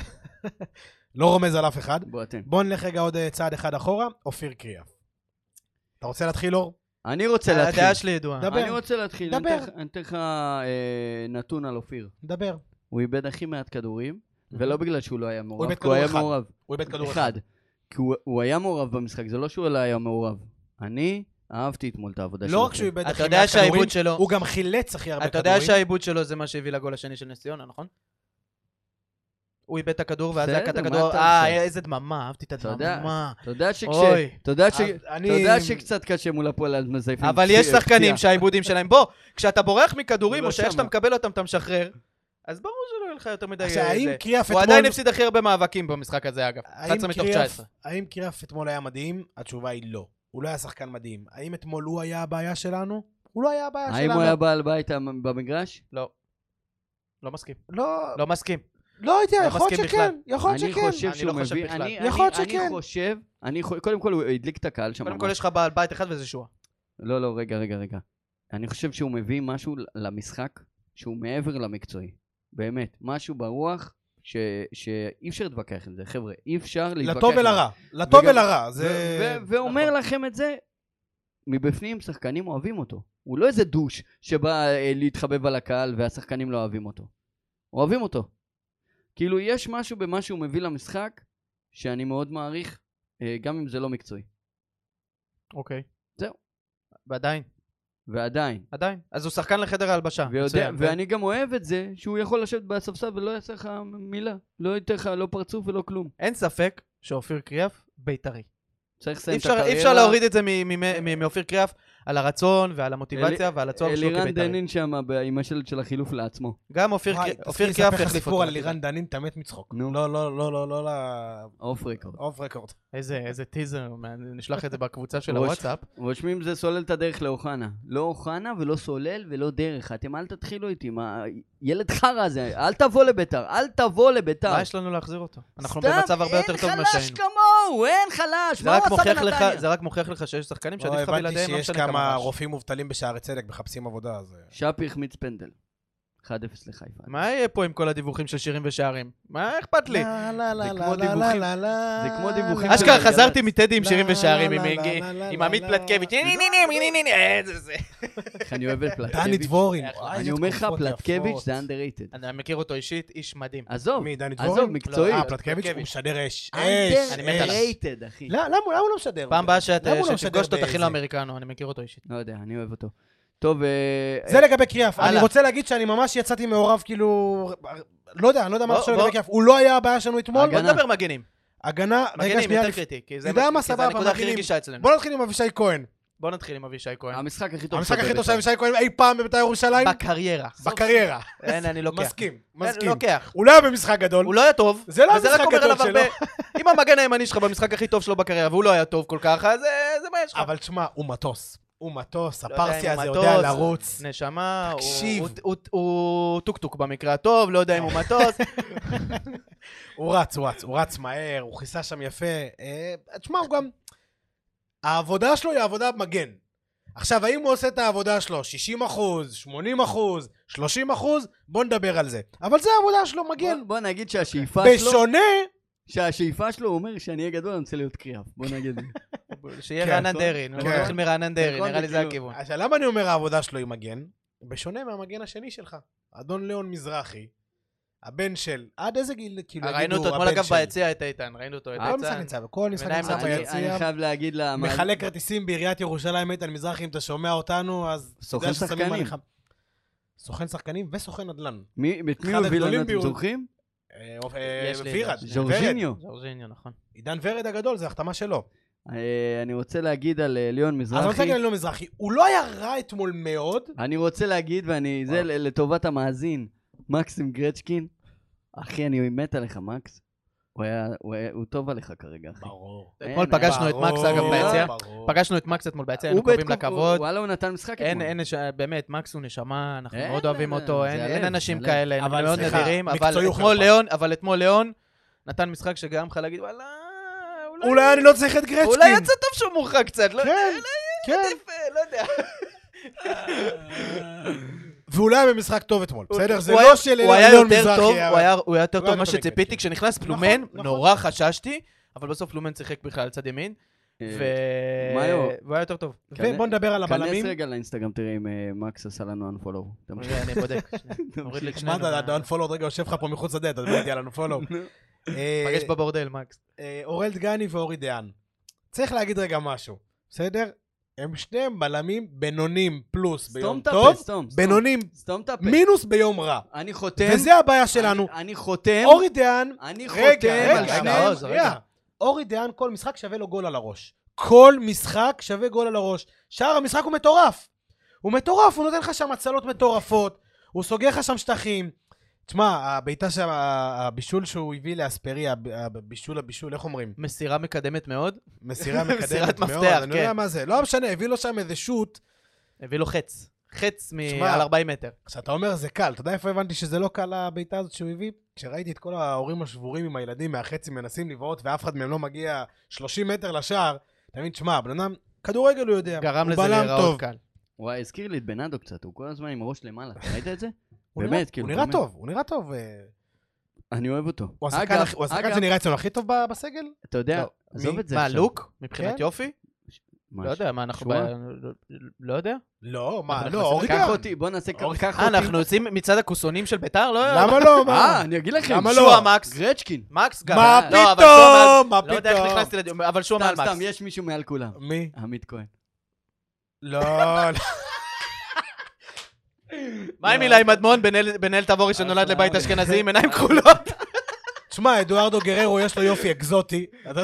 לא רומז על אף אחד. בוא נלך רגע עוד צעד אחד אחורה. אופיר קריאף. אתה רוצה להתחיל, אור? אני רוצה להתחיל. הדעה שלי ידועה. דבר. אני רוצה להתחיל. דבר. אני אתן לך נתון על אופיר. דבר. הוא איבד הכי מעט כדורים, ולא בגלל שהוא לא היה מעורב. הוא היה מעורב. הוא איבד כדור אחד. כי הוא היה מעורב במשחק, זה לא שהוא לא היה מעורב. אני אהבתי אתמול את העבודה שלו. לא רק שהוא איבד הכי מעט כדורים, הוא גם חילץ הכי הרבה כדורים. אתה יודע שהעיבוד שלו זה מה שהביא לגול השני של נס ציונה, נכון? הוא איבד את הכדור ואז היה קטע כדור, אה, איזה דממה, אהבתי את הדממה. אתה יודע שקצת קשה מול הפועל על מזייפים. אבל יש שחקנים שהעיבודים שלהם, בוא, כשאתה בורח מכדורים או שאתה מקבל אותם, אתה משחרר, אז ברור שלא יהיה לך יותר מדי זה. הוא עדיין הפסיד הכי הרבה מאבקים במשחק הזה, אגב. אחת עשרה מתוך תשע עשרה. האם קריאף אתמול היה מדהים? התשובה היא לא. הוא לא היה שחקן מדהים. האם אתמול הוא היה הבעיה שלנו? הוא לא היה הבעיה שלנו. האם הוא היה בעל בית במגרש? לא. לא מסכים. לא. לא מסכים. לא יודע, יכול להיות שכן, יכול להיות שכן. אני חושב שהוא מביא, יכול להיות שכן. אני חושב, קודם כל הוא הדליק את הקהל שם. קודם כל יש לך בעל בית אחד וזה שואה. לא, לא, רגע, רגע, רגע. אני חושב שהוא מביא משהו למשחק שהוא מעבר למקצועי. באמת, משהו ברוח שאי אפשר להתווכח עם זה, חבר'ה, אי אפשר להתווכח. לטוב ולרע, לטוב ולרע. ואומר לכם את זה, מבפנים שחקנים אוהבים אותו. הוא לא איזה דוש שבא להתחבב על הקהל והשחקנים לא אוהבים אותו. אוהבים אותו. כאילו יש משהו במה שהוא מביא למשחק שאני מאוד מעריך, גם אם זה לא מקצועי. אוקיי. זהו. ועדיין, ועדיין. עדיין. אז הוא שחקן לחדר ההלבשה. ויודע, מצוין, ואני גם אוהב את זה שהוא יכול לשבת בספסל ולא יעשה לך מילה. לא ייתן לך לא פרצוף ולא כלום. אין ספק שאופיר קריאף בית"רי. צריך לסיים את אי הקריירה. אפשר להוריד את זה מאופיר קריאף על הרצון ועל המוטיבציה ועל הצורך שלו אלירן כבית"רי. דנין שם עם השלט של החילוף לעצמו. גם אופיר קריאף יחליף סיפור על אותו. אלירן דנין, תמת מצחוק. נו. לא, לא, לא, לא, לא, לא, אוף רקורד. אוף רקורד. איזה טיזר, נשלח את זה בקבוצה של ראש- הוואטסאפ. רושמים זה סולל את הדרך לאוחנה. לא אוחנה ולא סולל ולא דרך. אתם אל תתחילו איתי. מה, ילד חרא הזה. אל תבוא לביתר. אל תבוא לביתר. מה יש לנו להחזיר אותו? אנחנו סתם, במצב הרבה יותר טוב ממה אין חלש שהיינו. כמוהו, אין חלש. זה מה רק הוא עשה מוכיח לך- בנתניה? זה רק מוכיח לך שיש שחקנים שעדיף לך הבנתי בלעדיהם, לא שיש משנה כמה כמה רעש. רופאים מובטלים בשערי צדק מחפשים עבודה, אז... שפי החמיץ פנדל. אחד אפס לחיפה. מה יהיה פה עם כל הדיווחים של שירים ושערים? מה אכפת לי? לא, לא, לא, זה לא, כמו לא, דיווחים- לא, לא, זה כמו לא, דיווחים לא, של אשכרה גלגלצ. חזרתי מטדי עם שירים לא, ושערים, לא, עם- לא, עם- לא, לא, עם לא, עמית לא, פלטקביץ', לא. ני ני ני ני ני ני איזה זה. איך אני אוהב את דני פלטקביץ'. דבורין. אני אומר לך, פלטקביץ' זה underrated. אני מכיר אותו אישית, איש מדהים. עזוב, מי, דני דבורין? עזוב, מקצועי. אה, פלטקביץ' הוא משדר אש. אש. אני מת עליו. underrated, אחי. לא, למה הוא למה הוא לא משדר? פעם הבאה שאת- למה הוא לא שתפגוש אותו משדר תכין באיזה? לאמריקנו, אני מכיר אותו אישית. לא יודע, אני אוהב אותו. טוב, אה, זה לגבי קריאף. אני הלאה. רוצה להגיד שאני ממש יצאתי מעורב, כאילו... לא יודע, אני לא יודע מה בוא, עכשיו בוא. לגבי קריאף. הוא לא היה הבעיה שלנו אתמול. בוא הגנה. נדבר מגנים. הגנה, רגע מגנים שנייה. יותר לפ- קריטי, כי זה יודע מה, כי זה סבבה, הנקודה הכי מגנים. רגישה אצלנו. בוא נתחיל עם אבישי כהן. בוא נתחיל עם אבישי כהן. המשחק הכי טוב. המשחק שלו הכי טוב של בבית"ר. אבישי כהן אי פעם בבית"ר ירושלים? בקריירה. בקריירה. אין, אני לוקח. מסכים, אין, מסכים. לוקח. הוא לא היה במשחק גדול. הוא לא היה טוב. זה לא וזה המשחק רק אומר הגדול עליו הרבה. אם המגן הימני שלך במשחק הכי טוב שלו בקריירה והוא לא היה טוב כל כך, אז אה, זה מה יש לך. אבל תשמע, הוא מטוס. הוא מטוס, לא יודע אם הפרסי הוא הזה מטוס, יודע לרוץ. נשמה, הוא- תקשיב. הוא- הוא- הוא טוק-טוק במקרה הטוב, לא יודע אם הוא מטוס. הוא רץ, הוא רץ, הוא רץ מהר, הוא כיסה שם יפה. אה, תשמע, הוא גם... העבודה שלו היא עבודה במגן. עכשיו, האם הוא עושה את העבודה שלו שישים אחוז, שמונים אחוז, שלושים אחוז? בוא נדבר על זה. אבל זה העבודה שלו, מגן. בוא- בוא נגיד שהשאיפה שלו, בשונה... שהשאיפה שלו, הוא אומר שאני אהיה גדול, אני רוצה להיות קריאף. בוא נגיד. שיהיה כן, רענן נכון. דרעי, כן. נתחיל מרענן דרעי, נכון, נראה לי זה כאילו- הכיוון. עכשיו, למה אני אומר העבודה שלו היא מגן? בשונה מהמגן השני שלך. אדון ליאון מזרחי, הבן של... עד איזה גיל, כאילו, ראינו יגידו, אותו אתמול הבן אגב של- ביציע את איתן, ראינו אותו את כל משחק איתן. נמצא, כל משחק עיניים נמצא עצומות. אני ביציע. אני חייב להגיד לה... מחלק כרטיסים בעיריית ירושלים, איתן מזרחי, אם אתה שומע אותנו, אז... אתה סוכן יודע ששמים שחקנים. עליך. סוכן שחקנים וסוכן נדל"ן. מי- את מי אחד הוא הביא לנו, הגדולים אתם ביותר. זוכרים? אה, אה, יש לי וירד, את זה. ז'ורג'יניו. ז'ורג'יניו, נכון. עידן ורד הגדול, זה החתמה שלו. אה, אני רוצה להגיד על אה, ליאון אז אני רוצה מזרחי. להגיד על ליאון מזרחי, הוא לא היה רע אתמול מאוד, אני רוצה להגיד, ואני... זה וואו. ל- לטובת המאזין. מקסים גרצ'קין. אחי, אני מת עליך, מקס. הוא היה... הוא היה- הוא טוב עליך כרגע, אחי. ברור. אתמול אין, פגשנו את ברור, מקס אגב ביציע. ברור. פגשנו את מקס אתמול ביציע, היינו הוא קרובים בתקופ- לכבוד. וואלה, הוא נתן משחק אין, אתמול. אין, נש- באמת, מקס הוא נשמה, אנחנו אין, מאוד אוהבים אין, אותו, זה אין הלב, אין אנשים זה הלב. כאלה, הם אבל מאוד סליחה, נדירים, אבל מקצועי הוא אתמול חרפה. ליאון, אבל אתמול ליאון נתן משחק שגרם לך להגיד, וואלה, אולי אני לא צריך את גרצ'קין. אולי יצא טוב שהוא מורחק קצת, לא יודע, כן, כן. עדיף, לא יודע. והוא לא היה במשחק טוב אתמול, בסדר? זה הוא לא היה- של הוא היה ליאון יותר מזרחי. טוב, אבל- הוא היה- הוא היה יותר הוא טוב היה ממה יותר שציפיתי, מקל, כשנכנס נכון, פלומן, נכון. נורא חששתי, אבל בסוף פלומן שיחק בכלל על צד ימין, אה, ו- מאיו. והוא היה יותר טוב. ובוא נדבר על כנס הבלמים. רגע לאינסטגרם, תראה אם אה, מקס עשה לנו unfollow. תמשיך. אני בודק, שנייה. נוריד לי את מה שנינו. אתה, אתה unfollowed רגע יושב לך פה מחוץ לדלת, אתה מדבר איתי על unfollow. אה, פגש בבורדל, מקס. אה, אורל דגני ואורי דיין. צריך להגיד רגע משהו, בסדר? הם שניהם בלמים בינונים פלוס ביום סתום את הפה, טוב, סתום. סתום. בינונים סתום את הפה. מינוס ביום רע. אני חותם. וזה הבעיה שלנו. אני- אני חותם. אורי דיין, אני רגע, חותם רגע, על רגע, שניהם. עוז, רגע. רגע. אורי דיין, כל משחק שווה לו גול על הראש. כל משחק שווה גול על הראש. שאר המשחק הוא מטורף. הוא מטורף, הוא נותן לך שם הצלות מטורפות, הוא סוגר לך שם שטחים. תשמע, הביתה שם, הבישול שהוא הביא לאספריה, הבישול הבישול, איך אומרים? מסירה מקדמת מאוד, מסירה מקדמת מסירת מאוד, מפתח, אני כן. יודע מה זה. לא משנה, הביא לו שם איזה שוט. הביא לו חץ. חץ שמע, מעל ארבעים מטר. כשאתה אומר זה קל, אתה יודע איפה הבנתי שזה לא קל הביתה הזאת שהוא הביא? כשראיתי את כל ההורים השבורים עם הילדים מהחצי מנסים לבעוט ואף אחד מהם לא מגיע שלושים מטר לשער, אתה מבין, תשמע, בן אדם, כדורגל הוא יודע, גרם הוא לזה בלם להיראות טוב. קל. וואי, הזכיר לי את בנאדו קצת, הוא כל הזמן עם הראש למעלה. ראית את זה? הוא באמת, נראה- כאילו, הוא נראה באמת. טוב, הוא נראה טוב. אה, אני אוהב אותו. הוא השחקן אגב, הכי- הוא השחקן אגב, שנראה אצלנו הכי טוב ב- בסגל? אתה יודע, לא, עזוב מי? את זה מה, עכשיו. לוק? מבחינת כן? יופי? מה, לא יודע, מה, אנחנו... שועה? ב- לא יודע. לא, מה, אנחנו לא, נכנסים- אורי קח דיין. אותי, בוא נעשה אורי- קח אה, אותי. אנחנו יוצאים מצד הכוסונים של ביתר? לא... למה לא? אה, מה? אני אגיד לכם. למה לא? שועה מקס. גרצ'קין. מקס גם. מה לא, אבל שועה מעל- פתאום? מה לא יודע איך פתאום? נכנסתי לדיון, אבל שועה סתם, מעל מקס. סתם, יש מישהו מעל כולם. מי? עמית כהן. לא, לא. מה עם אילי מדמון, בן-אל תבורי שנולד לבית אשכנזי עם עיניים כחולות? תשמע, אדוארדו גררו יש לו יופי אקזוטי.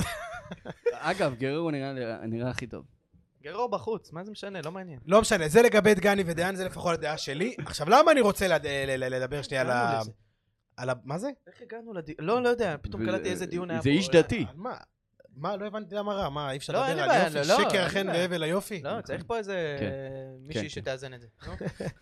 אגב, גררו נראה הכי טוב. גררו בחוץ, מה זה משנה? לא מעניין. לא משנה, זה לגבי דגני ודיין, זה לפחות הדעה שלי. עכשיו, למה אני רוצה לדבר שנייה על ה... על ה... מה זה? איך הגענו לדיון? לא, לא יודע, פתאום קלטתי איזה דיון היה פה. זה איש דתי. מה? מה? לא הבנתי למה רע. מה, אי אפשר לא, לדבר אין על בעיה, יופי? לא, שקר אין החן בעיה. והבל היופי? לא, צריך פה איזה כן. מישהי כן, שתאזן את זה. נו.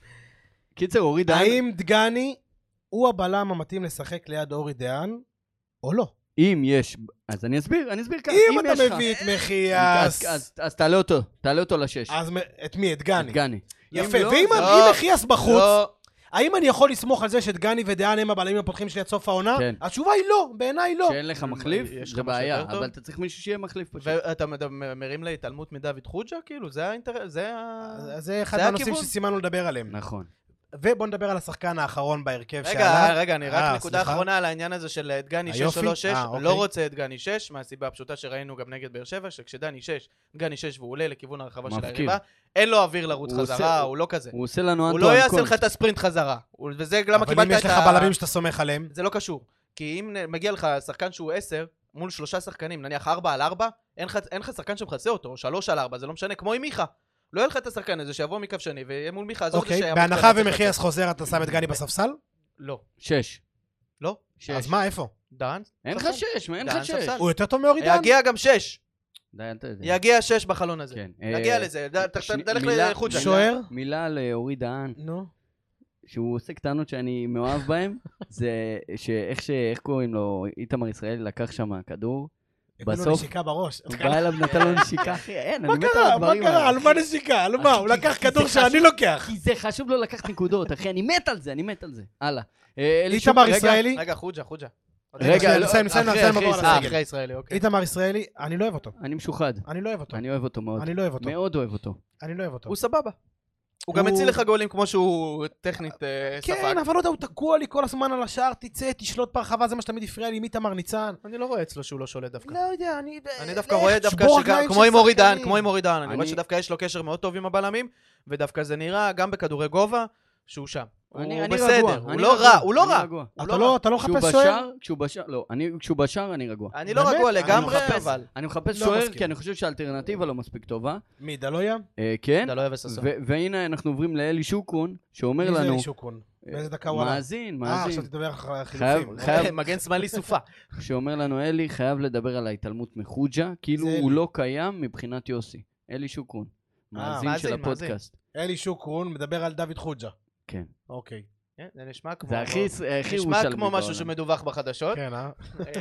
קיצר, אורי דהן, האם דגני הוא הבלם המתאים לשחק ליד אורי דהן, או לא? אם יש, אז אני אסביר, אני אסביר ככה. אם יש אתה לך- מביא את אז- מחיאס... אז- אז תעלה אותו, תעלה אותו לשש. אז מ- את מי? את דגני. דגני. יפה, אם לא, ואם לא. אם מחיאס בחוץ, לא, האם אני יכול לסמוך על זה שדגני ודיין הם הבלמים הפותחים שלי עד סוף העונה? כן. התשובה היא לא, בעיניי לא. שאין לך מחליף, יש לך זה משהו בעיה, יותר טוב? אבל אתה צריך מישהו שיהיה מחליף פשוט. ואתה מד- מרים להתעלמות מדוד חוג'ה? כאילו, זה האינטרס, זה ה... אז זה אחד זה מהנושאים הכיוון? שסימנו לדבר עליהם. נכון. ובוא נדבר על השחקן האחרון בהרכב רגע, שעלה. רגע, אני אה, רק נקודה סליחה. אחרונה על העניין הזה של דגני שש או היופי? לא שש. אה, אוקיי. לא רוצה את דגני שש, מהסיבה הפשוטה שראינו גם נגד באר שבע, שכשדני שש, דגני שש והוא עולה לכיוון הרחבה של מפקיר. היריבה, אין לו אוויר לרוץ הוא חזרה, עושה- הוא לא כזה. הוא עושה לנו הוא אנטואן לא יעשה קונט. לך את הספרינט חזרה. הוא- וזה למה אבל קיבלת אם את יש לך ה... בלמים שאתה סומך עליהם, זה לא קשור. כי אם נ- מגיע לך שחקן שהוא עשר, מול שלושה שחקנים, נניח ארבע על ארבע, אין לך- אין לך שחקן שמחסה אותו, או שלוש על ארבע, זה לא משנה, כמו עם מיכה. לא יהיה לך את השחקן הזה שיבוא מקו שני, ויהיה מול מיכה, עזוב את זה אוקיי, שיעמוד בהנחה ברצף ומחיאס הזה. חוזר, אתה שם את דגני בספסל? לא. שש. לא? שש. אז מה, איפה? דן? אין לך ספסל. שש, מה אין דן לך שש? ספסל. הוא יותר טוב מאורי דהן? יגיע גם שש. די, אל ת... יגיע שש בחלון הזה. כן. נגיע אה, לזה, ד- ת- שני- תלך מילה- לחוג'ה. מילה- שוער? מילה לאורי דהן, נו. שהוא עושה קטנות שאני מאוהב בהם, זה שאיך ש... איך קוראים לו, איתמר ישראלי לקח שם כדור, הבאנו בסוף- נשיקה בראש. הוא בא אליו נתן לו נשיקה, אחי, אין, מה אני מת על קרה? מה הדברים קרה? האלה. על מה נשיקה? על מה? הוא כי- לקח כי כדור זה שאני חשוב. לוקח. כי זה חשוב לו לקחת נקודות, אחי, אני מת על זה, אני מת על זה. הלאה. אה, אלי איתמר שוב- רגע, ישראלי? רגע, חוג'ה, חוג'ה. רגע, שנייה, לא, נסיים, נסיים, אחרי, נסיים, אחרי, נעבור על אה, הסגל. אחרי ישראלי, אוקיי. איתמר ישראלי, אני לא אוהב אותו. אני משוחד. אני לא אוהב אותו. אני אוהב אותו מאוד. אני לא אוהב אותו. מאוד אוהב אותו. אני לא אוהב אותו. הוא סבבה. הוא גם הוא- מציל לך גולים כמו שהוא טכנית אה, ספק. כן, אבל לא יודע, הוא תקוע לי כל הזמן על השער, תצא, תשלוט ברחבה, זה מה שתמיד הפריע לי עם איתמר ניצן. אני לא רואה אצלו שהוא לא שולט דווקא. לא יודע, אני... אני דווקא לך, רואה דווקא שבור שגם, רגליים כמו של עם אורי דהן, שחקנים. כמו עם אורי דהן, אני רואה אני- שדווקא יש לו קשר מאוד טוב עם הבלמים, ודווקא זה נראה גם בכדורי גובה, שהוא שם. אני- הוא אני בסדר, רגוע, הוא אני לא רגוע, רע, הוא לא אני רע. רגוע. הוא אתה לא לא רע. אתה לא כשהוא מחפש שוער? בשער, כשהוא בשער, לא, אני, כשהוא בשער אני רגוע. אני לא באמת? רגוע אני לגמרי, מחפש- אבל... אני מחפש לא שוער מסכים. כי אני חושב שהאלטרנטיבה לא מספיק טובה. מי, דלויה? אה, כן, אתה לא אוהב הססון. ו- והנה אנחנו עוברים לאלי שוקרון, שאומר מי זה לנו, אלי שוקרון? באיזה דקה הוא עלה? מאזין, אה, עכשיו מאזין, תדבר על חייב- החילופים. חייב- מגן שמאלי סופה. שאומר לנו אלי, חייב לדבר על ההתעלמות מחוג'ה, כאילו זה הוא אלי. לא קיים מבחינת יוסי. אלי שוקרון, מאזין מאזין, של מאזין. הפודקאסט. אלי שוקרון מדבר על דוד חוג'ה. כן. אוקיי. כן, זה נשמע כמו... זה הכי הכי נשמע ירושלמי כמו משהו בעולם. שמדווח בחדשות. כן, אה?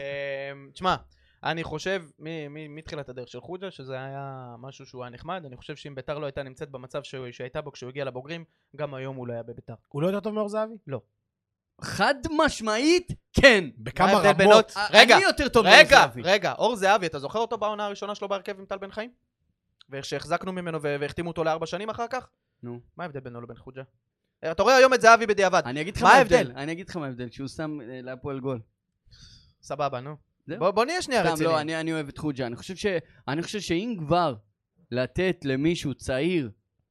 אמ, תשמע, אני חושב, מ- מ- מתחילת הדרך של חוג'ה, שזה היה משהו שהוא היה נחמד, אני חושב שאם ביתר לא הייתה נמצאת במצב שהוא- שהייתה בו כשהוא הגיע לבוגרים, גם היום הוא לא היה בביתר. הוא לא יותר טוב מאור זהבי? חד משמעית, כן. בכמה מה ההבדל בינו- רמות? רגע, אני יותר טוב רגע, מאור זהבי. רגע, אור זהבי, אתה זוכר אותו בעונה הראשונה שלו בהרכב עם טל בן חיים? ואיך שהחזקנו ממנו ו- והחתימו אותו לארבע שנים אחר כך? נו. מה ההבדל בינו לבין חוג'ה? אתה רואה היום את זהבי בדיעבד, אני אגיד לך מה מה ההבדל? ההבדל. אני אגיד לך מה ההבדל, שהוא שם אה, להפועל גול. סבבה, נו. זהו. בוא בוא נהיה שנייה סתם, רציניים. לא, אני, אני אוהב את חוג'ה. אני חושב, ש, אני חושב שאם כבר לתת למישהו צעיר,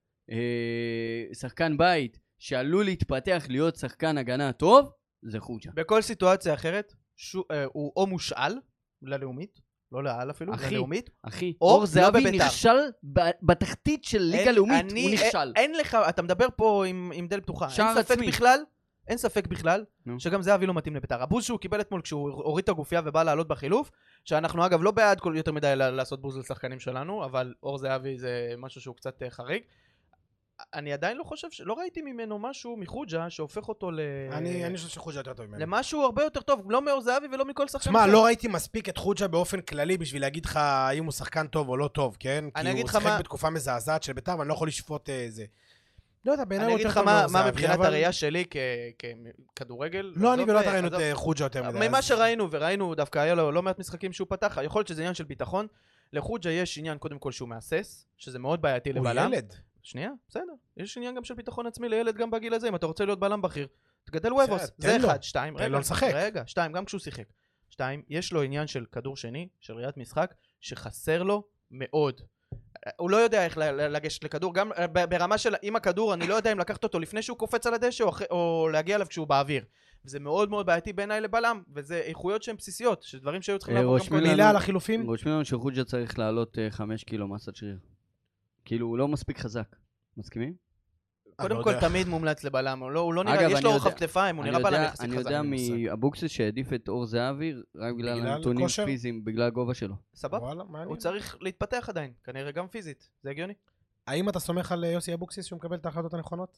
אה, שחקן בית, שעלול להתפתח להיות שחקן הגנה טוב, זה חוג'ה. בכל סיטואציה אחרת, שו, אה, הוא או מושאל ללאומית, לא לעל אפילו, אחי, ללאומית. אחי, או אור לא זהבי בביתר. נכשל ב, בתחתית של ליגה אין- לאומית, אני- הוא נכשל. אין, אין לך, אתה מדבר פה עם, עם דלת פתוחה. שער אין ספק עצמי. בכלל, אין ספק בכלל, נו. שגם זהבי לא מתאים לביתר. הבוז שהוא קיבל אתמול כשהוא הוריד את הגופייה ובא לעלות בחילוף, שאנחנו אגב לא בעד כל יותר מדי ל- לעשות בוז לשחקנים שלנו, אבל אור זהבי זה משהו שהוא קצת אה, חריג. אני עדיין לא חושב, ש- לא ראיתי ממנו משהו מחוג'ה שהופך אותו ל... אני אני חושב שחוג'ה יותר טוב ממנו. למשהו הרבה יותר טוב, לא מאור זהבי ולא מכל שחקן. תשמע, אחר. לא ראיתי מספיק את חוג'ה באופן כללי בשביל להגיד לך האם הוא שחקן טוב או לא טוב, כן? אני כי אגיד הוא לך שיחק מה- בתקופה מזעזעת של בית"ר ואני לא יכול לשפוט אה, זה. לא יודע, בעיניי אני הוא אגיד יותר לך טוב מה, מאור מה זהבי, מבחינת אבל- הראייה שלי כ- ככדורגל. לא, אני עזוב, ולא אה, ראינו את עזוב. אה, חוג'ה יותר מדי. ממה אז- שראינו, וראינו דווקא היה לו לא מעט משחקים שהוא פתח, יכול להיות שזה עניין של ביטחון. לחוג'ה יש עניין קודם כל שהוא מאסס, שזה מאוד בעייתי הוא לבלם. ילד. שנייה, בסדר. יש עניין גם של ביטחון עצמי לילד גם בגיל הזה, אם אתה רוצה להיות בלם בכיר. תגדל וובוס, בסדר, זה תן לו. אחד. שתיים, תן רגע, לו לשחק. רגע, שתיים, גם כשהוא שיחק. שתיים, יש לו עניין של כדור שני, של ראיית משחק, שחסר לו מאוד. הוא לא יודע איך לגשת לכדור, גם ברמה של עם הכדור, אני לא יודע אם לקחת אותו לפני שהוא קופץ על הדשא, או להגיע אליו כשהוא באוויר. וזה מאוד מאוד בעייתי בעיניי לבלם, וזה איכויות שהן בסיסיות, שדברים שהיו צריכים לעבור גם קודם. מילה על החילופים? רושמים לנו שחוג'ה צריך לעלות חמש קילו מסת שריר. כאילו, הוא לא מספיק חזק. מסכימים? קודם כל, תמיד מומלץ לבלם. הוא לא נראה, יש לו רוחב כתפיים, הוא נראה בלם יחסית חזק. אני יודע מאבוקסיס שהעדיף את אור זהבי, רק בגלל הנתונים פיזיים, בגלל הגובה שלו. סבבה? הוא צריך להתפתח עדיין, כנראה גם פיזית. זה הגיוני? האם אתה סומך על יוסי אבוקסיס שהוא מקבל את ההחלטות הנכונות?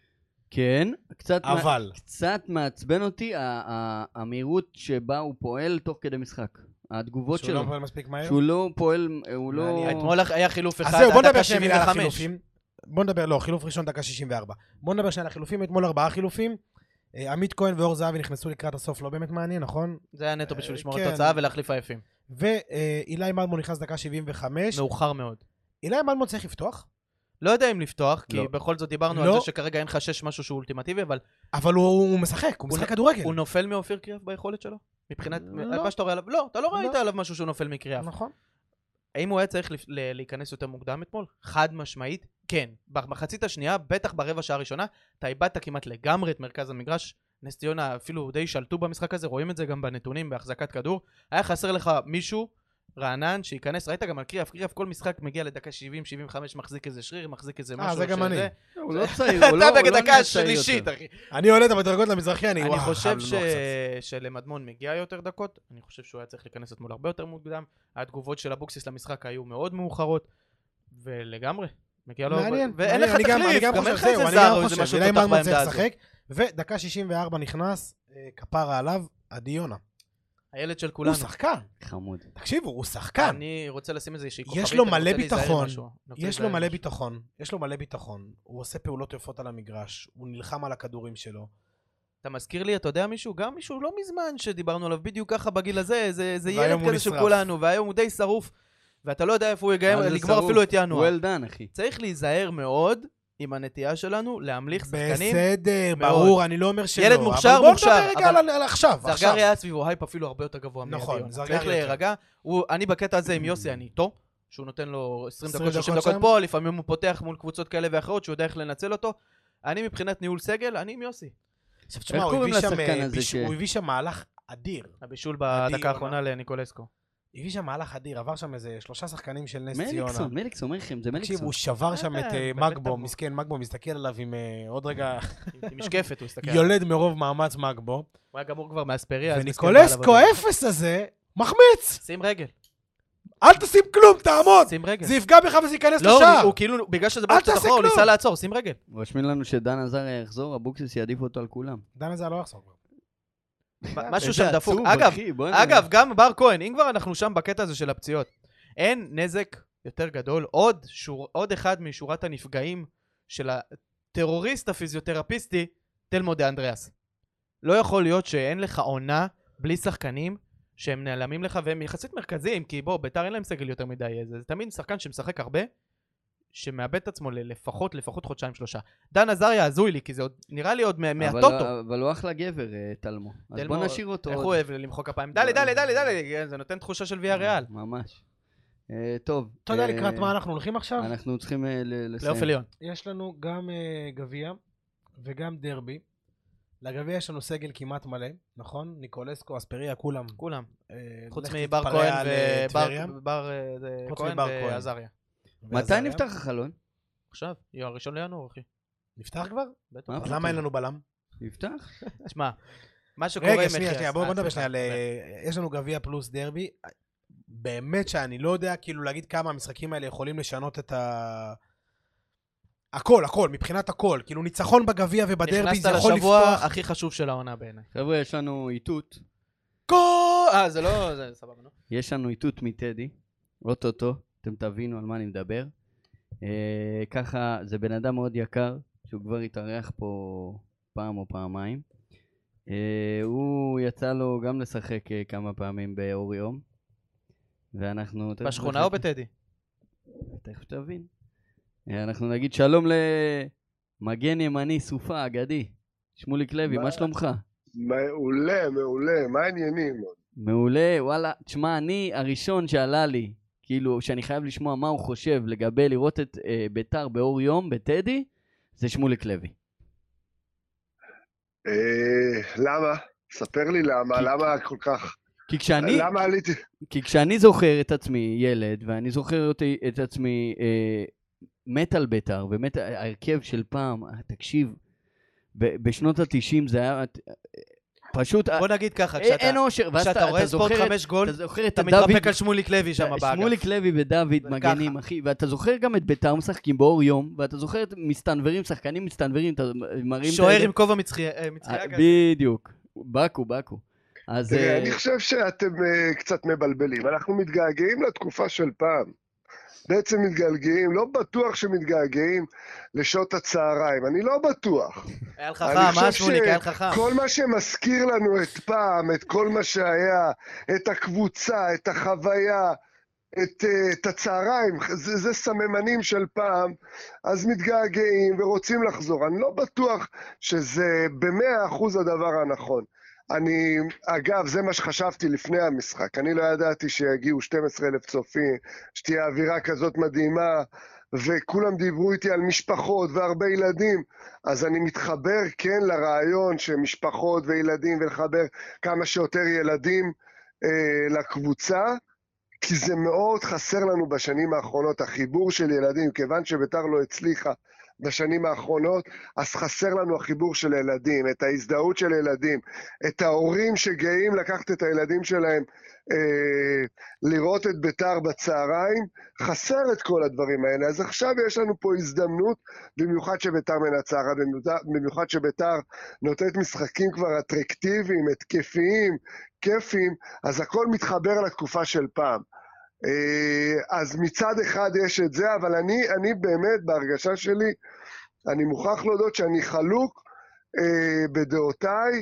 כן, קצת, אבל. מה, קצת מעצבן אותי המהירות שבה הוא פועל תוך כדי משחק. התגובות שלו. שהוא לא פועל מספיק מהר? שהוא לא פועל, הוא לא... אתמול היה חילוף אחד, אז זהו, בוא נדבר שנייה על החילופים. בוא נדבר, לא, חילוף ראשון דקה שישים וארבע. בוא נדבר שנייה על החילופים, אתמול ארבעה חילופים. עמית כהן ואור זהבי נכנסו לקראת הסוף, לא באמת מעניין, נכון? זה היה נטו בשביל לשמור את התוצאה ולהחליף עייפים. ואילי מדמון נכנס דקה שבעים וחמש. מאוחר מאוד. אילי מדמון צריך לפתוח? לא יודע אם לפתוח, כי בכל זאת דיברנו על זה שכרגע אין חשש משהו שהוא אולטימטיבי, אבל... אבל הוא משחק, הוא משחק כדורגל. הוא נופל מאופיר קריאף ביכולת שלו? מבחינת... מה שאתה רואה עליו? לא, אתה לא ראית עליו משהו שהוא נופל מקריאף. נכון. האם הוא היה צריך להיכנס יותר מוקדם אתמול? חד משמעית, כן. במחצית השנייה, בטח ברבע שעה הראשונה, אתה איבדת כמעט לגמרי את מרכז המגרש. נס ציונה אפילו די שלטו במשחק הזה, רואים את זה גם בנתונים, בהחזקת כדור. היה חסר לך מישהו, רענן, שייכנס, ראית גם על קריאף, קריאף כל משחק מגיע לדקה שבעים שבעים וחמש, מחזיק איזה שריר, מחזיק איזה משהו. אה, זה גם אני. הוא לא צעיר, הוא לא אתה בדקה השלישית, אחי. אני עולה את המדרגות למזרחי, אני... אני חושב שלמדמון מגיע יותר דקות, אני חושב שהוא היה צריך להיכנס אתמול הרבה יותר מוקדם, התגובות של אבוקסיס למשחק היו מאוד מאוחרות, ולגמרי, מגיע לו... מעניין. ואין לך תחליף, גם אין לך איזה זר או איזה משהו תותח בעמדה הזאת. ודקה שישים וארבע נכנס, כפרה עליו, עדי יונה. הילד של כולנו. הוא שחקן. חמוד. תקשיבו, הוא שחקן. אני רוצה לשים איזה שהיא כוכבית. יש לו מלא ביטחון. יש לו מלא ביטחון. יש לו מלא ביטחון. הוא עושה פעולות יפות על המגרש. הוא נלחם על הכדורים שלו. אתה מזכיר לי, אתה יודע מישהו? גם מישהו לא מזמן שדיברנו עליו בדיוק ככה בגיל הזה. זה ילד כזה של כולנו, והיום הוא די שרוף. ואתה לא יודע איפה הוא יגמר, לגמור אפילו את ינואר. well done, אחי. צריך להיזהר מאוד עם הנטייה שלנו להמליך שחקנים. בסדר, ברור, אני לא אומר שלא. ילד מוכשר, מוכשר. אבל בוא נדבר רגע על עכשיו. זרגרי היה סביבו הייפ אפילו הרבה יותר גבוה. נכון, זרגרי צריך להירגע. אני בקטע הזה עם יוסי, אני איתו, שהוא נותן לו עשרים דקות, שלושים דקות פה, לפעמים הוא פותח מול קבוצות כאלה ואחרות, שהוא יודע איך לנצל אותו. אני מבחינת ניהול סגל, אני עם יוסי. עכשיו תשמע, הוא הביא שם מהלך אדיר. הבישול בדקה האחרונה לניקולסקו. הביא שם מהלך אדיר, עבר שם איזה שלושה שחקנים של נס ציונה. מליקסון, מליקסון, אומר לכם, זה מליקסון. תקשיב, הוא שבר שם את מגבו, מסכן, מגבו מסתכל עליו עם עוד רגע... עם משקפת, הוא הסתכל. יולד מרוב מאמץ מגבו. הוא היה גמור כבר מהספריה. וניקולסקו האפס הזה, מחמיץ! שים רגל. אל תשים כלום, תעמוד! שים רגל. זה יפגע בך וזה ייכנס לשער. לא, הוא כאילו, בגלל שזה בקצת אחורה, הוא ניסה לעצור, שים רגל. רושמים לנו שדן עזריה יחזור, אבוקסיס יעדיף אותו על כולם. דן עזריה לא יחזור. משהו שם דפוק. אגב, אגב, גם בר כהן, אם כבר אנחנו שם בקטע הזה של הפציעות, אין נזק יותר גדול, עוד, שור, עוד אחד משורת הנפגעים של הטרוריסט הפיזיותרפיסטי, תלמו דה אנדריאס. לא יכול להיות שאין לך עונה בלי שחקנים שהם נעלמים לך, והם יחסית מרכזיים, כי בוא, ביתר אין להם סגל יותר מדי, זה, זה תמיד שחקן שמשחק הרבה, שמאבד את עצמו לפחות, לפחות חודשיים שלושה. דן עזריה הזוי לי, כי זה עוד, נראה לי עוד מהטוטו. אבל הוא אחלה גבר, תלמו. אז בוא נשאיר אותו. איך הוא אוהב למחוא כפיים? דלי, דלי, דלי, דלי, זה נותן תחושה של ויה ריאל. ממש. טוב. אתה יודע לקראת מה אנחנו הולכים עכשיו? אנחנו צריכים לסיים. לאוף עליון. יש לנו גם גביע וגם דרבי. לגביע יש לנו סגל כמעט מלא, נכון? ניקולסקו, אספריה, כולם. כולם. חוץ מבר כהן ובר כהן ועזריה. מתי נפתח החלון? עכשיו, יהיה הראשון לינואר, אחי. נפתח כבר? בטח. למה אין לנו בלם? נפתח? תשמע, מה שקורה... רגע, שנייה, שנייה, בואו נדבר שנייה. יש לנו גביע פלוס דרבי. באמת שאני לא יודע כאילו להגיד כמה המשחקים האלה יכולים לשנות את ה... הכל, הכל, מבחינת הכל. כאילו ניצחון בגביע ובדרבי זה יכול לפתוח... נכנסת לשבוע הכי חשוב של העונה בעיניי. חבר'ה, יש לנו איתות. אה, זה לא... זה סבבה, נו. יש לנו איתות מטדי. אוטוטו, אתם תבינו על מה אני מדבר. אה, ככה, זה בן אדם מאוד יקר, שהוא כבר התארח פה פעם או פעמיים. אה, הוא יצא לו גם לשחק אה, כמה פעמים באור יום. ואנחנו... בשכונה או בטדי? תכף תבין. אה, אנחנו נגיד שלום למגן ימני סופה, אגדי. שמוליק לוי, מה שלומך? מעולה, מעולה, מה העניינים? מעולה, וואלה, תשמע, אני הראשון שעלה לי. כאילו, שאני חייב לשמוע מה הוא חושב לגבי לראות את אה, ביתר באור יום, בטדי, זה שמוליק לוי. אה, למה? ספר לי למה, כי- למה כל כך... כי כשאני, למה עליתי? כי כשאני זוכר את עצמי ילד, ואני זוכר אותי, את עצמי אה, מת על ביתר, באמת ההרכב של פעם, תקשיב, ב- בשנות ה-תשעים זה היה... פשוט בוא נגיד ככה, אין- כשאתה אין אושר, ואז כשאתה אתה- רואה אתה ספורט זוכר את- חמש גול, אתה זוכר את אתה הדוד, מתרפק על שמוליק לוי שם באגף. שמוליק לוי ודוד ככה. מגנים, אחי, ואתה זוכר גם את ביתר משחקים באור יום, ואתה זוכר את מסתנברים, שחקנים מסתנברים, אתה מרים את שוער היד- עם כובע מצחייה אה, כזה. בדיוק, בקו, בקו. אז תראה, אה, אני חושב שאתם אה, קצת מבלבלים. אנחנו מתגעגעים לתקופה של פעם. בעצם מתגעגעים, לא בטוח שמתגעגעים לשעות הצהריים. אני לא בטוח. היה לך אני חכם, חושב מה שמוליק, היה לך חכם. כל מה שמזכיר לנו את פעם, את כל מה שהיה, את הקבוצה, את החוויה, את, uh, את הצהריים, זה, זה סממנים של פעם, אז מתגעגעים ורוצים לחזור. אני לא בטוח שזה במאה אחוז הדבר הנכון. אני, אגב, זה מה שחשבתי לפני המשחק. אני לא ידעתי שיגיעו שנים עשר אלף צופים, שתהיה אווירה כזאת מדהימה, וכולם דיברו איתי על משפחות והרבה ילדים, אז אני מתחבר כן לרעיון שמשפחות וילדים, ולחבר כמה שיותר ילדים אה, לקבוצה, כי זה מאוד חסר לנו בשנים האחרונות, החיבור של ילדים, כיוון שביתר לא הצליחה בשנים האחרונות, אז חסר לנו החיבור של ילדים, את ההזדהות של ילדים, את ההורים שגאים לקחת את הילדים שלהם, אה, לראות את ביתר בצהריים, חסר את כל הדברים האלה. אז עכשיו יש לנו פה הזדמנות, במיוחד שביתר מנצחת, במיוחד שביתר נותנת משחקים כבר אטרקטיביים, התקפיים, כיפים, אז הכל מתחבר לתקופה של פעם. אז מצד אחד יש את זה, אבל אני, אני באמת בהרגשה שלי, אני מוכרח להודות שאני חלוק אה, בדעותיי,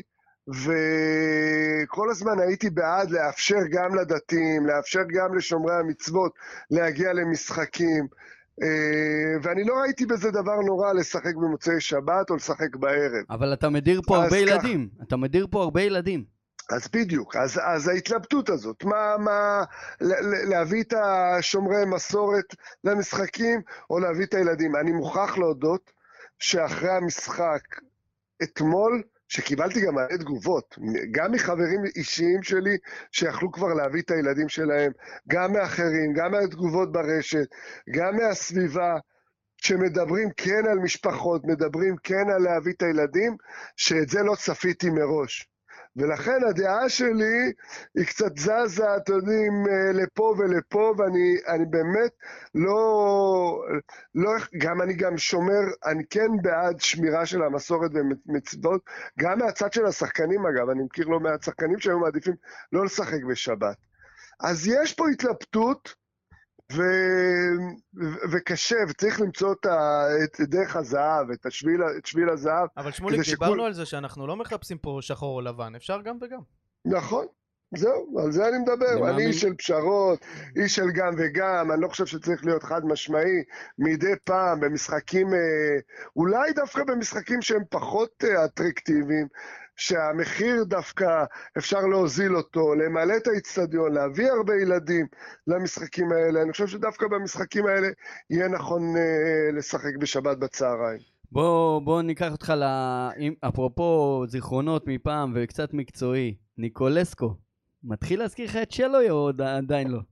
וכל הזמן הייתי בעד לאפשר גם לדתיים, לאפשר גם לשומרי המצוות להגיע למשחקים, אה, ואני לא ראיתי בזה דבר נורא לשחק במוצאי שבת או לשחק בערב. אבל אתה מדיר פה הרבה כך. ילדים, אתה מדיר פה הרבה ילדים. אז בדיוק, אז, אז ההתלבטות הזאת, מה, מה, להביא את השומרי מסורת למשחקים, או להביא את הילדים. אני מוכרח להודות שאחרי המשחק אתמול, שקיבלתי גם מלא תגובות, גם מחברים אישיים שלי, שיכלו כבר להביא את הילדים שלהם, גם מאחרים, גם מהתגובות ברשת, גם מהסביבה, שמדברים כן על משפחות, מדברים כן על להביא את הילדים, שאת זה לא צפיתי מראש. ולכן הדעה שלי היא קצת זזה, אתם יודעים, לפה ולפה, ואני אני באמת לא, לא, גם אני גם שומר, אני כן בעד שמירה של המסורת ומצוות, גם מהצד של השחקנים אגב, אני מכיר לא מעט שחקנים שהיו מעדיפים לא לשחק בשבת. אז יש פה התלבטות, ו... ו... וקשה, וצריך למצוא את, ה... את דרך הזהב, את, השביל... את שביל הזהב. אבל שמוליק, שכול... דיברנו על זה שאנחנו לא מחפשים פה שחור או לבן, אפשר גם וגם. נכון, זהו, על זה אני מדבר. אני, אני איש של פשרות, איש של גם וגם, אני לא חושב שצריך להיות חד משמעי, מדי פעם במשחקים, אולי דווקא במשחקים שהם פחות אטרקטיביים, שהמחיר דווקא אפשר להוזיל אותו, למלא את האצטדיון, להביא הרבה ילדים למשחקים האלה. אני חושב שדווקא במשחקים האלה יהיה נכון אה, לשחק בשבת בצהריים. בוא, בוא ניקח אותך, ל... אפרופו זיכרונות מפעם וקצת מקצועי, ניקולסקו, מתחיל להזכיר לך את שלו או עדיין לא?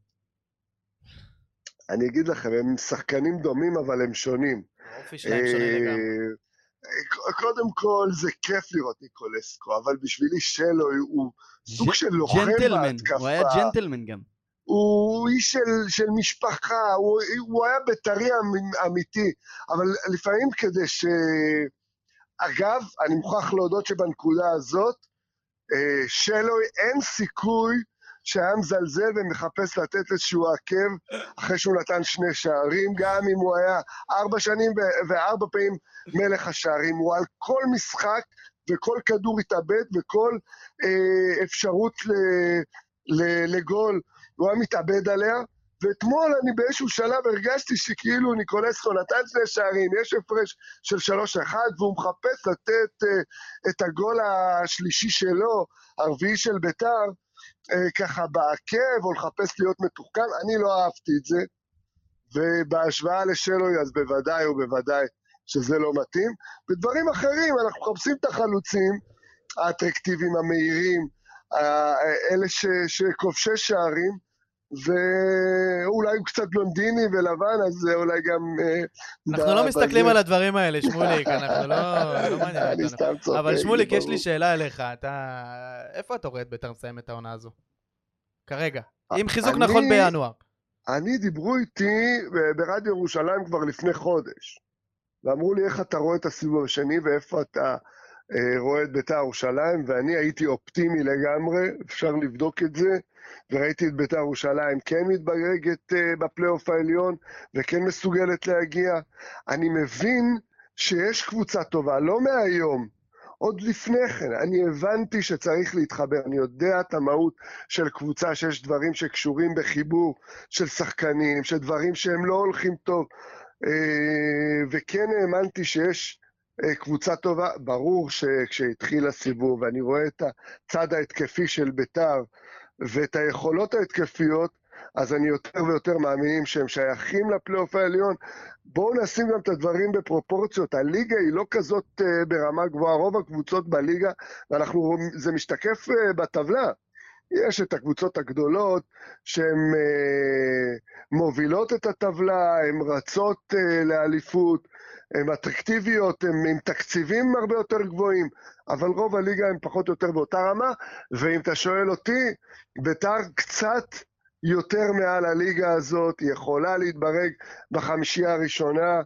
אני אגיד לכם, הם שחקנים דומים אבל הם שונים. האופי שלהם שונה לגמרי. קודם כל זה כיף לראות ניקולסקו, אבל בשבילי שלו הוא סוג של לוחם בהתקפה. הוא היה ג'נטלמן גם. הוא איש של, של משפחה, הוא, הוא היה בית"רי אמיתי, אבל לפעמים כדי ש... אגב, אני מוכרח להודות שבנקודה הזאת, שלו אין סיכוי שהיה מזלזל ומחפש לתת איזשהו עקב אחרי שהוא נתן שני שערים, גם אם הוא היה ארבע שנים וארבע פעמים מלך השערים, הוא על כל משחק וכל כדור התאבד וכל אה, אפשרות ל, ל, לגול הוא היה מתאבד עליה, ואתמול אני באיזשהו שלב הרגשתי שכאילו ניקולסקו נתן שני שערים, יש הפרש של שלוש אחד והוא מחפש לתת אה, את הגול השלישי שלו, הרביעי של ביתר, אה, ככה בעקב, או לחפש להיות מתוחכם, אני לא אהבתי את זה, ובהשוואה לשלוי אז בוודאי ובוודאי שזה לא מתאים. בדברים אחרים אנחנו מחפשים את החלוצים, האטרקטיביים, המהירים, אלה ש, שכובשי שערים, ואולי הוא קצת בלונדיני ולבן, אז אולי גם... אנחנו לא מסתכלים על הדברים האלה, שמוליק, אנחנו לא מעניין אותנו. אבל שמוליק, יש לי שאלה אליך, איפה אתה רואה את בית"ר מסיים את העונה הזו? כרגע, עם חיזוק נכון בינואר. אני דיברו איתי ברדיו ירושלים כבר לפני חודש, ואמרו לי איך אתה רואה את הסיבוב השני ואיפה אתה רואה את בית"ר ירושלים, ואני הייתי אופטימי לגמרי, אפשר לבדוק את זה, וראיתי את בית"ר ירושלים כן מתברגת בפלייאוף העליון, וכן מסוגלת להגיע. אני מבין שיש קבוצה טובה, לא מהיום, עוד לפני כן, אני הבנתי שצריך להתחבר, אני יודע את המהות של קבוצה, שיש דברים שקשורים בחיבור של שחקנים, שדברים שהם לא הולכים טוב, וכן האמנתי שיש קבוצה טובה. ברור שכשהתחיל הסיבוב, ואני רואה את הצד ההתקפי של בית"ר, ואת היכולות ההתקפיות, אז אני יותר ויותר מאמינים שהם שייכים לפלייאוף העליון. בואו נשים גם את הדברים בפרופורציות, הליגה היא לא כזאת uh, ברמה גבוהה, רוב הקבוצות בליגה, ואנחנו, זה משתקף uh, בטבלה. יש את הקבוצות הגדולות שהן uh, מובילות את הטבלה, הן רצות uh, לאליפות, הן אטרקטיביות, הן עם תקציבים הרבה יותר גבוהים, אבל רוב הליגה הן פחות או יותר באותה רמה, ואם אתה שואל אותי, בית"ר קצת יותר מעל הליגה הזאת, היא יכולה להתברג בחמישייה הראשונה,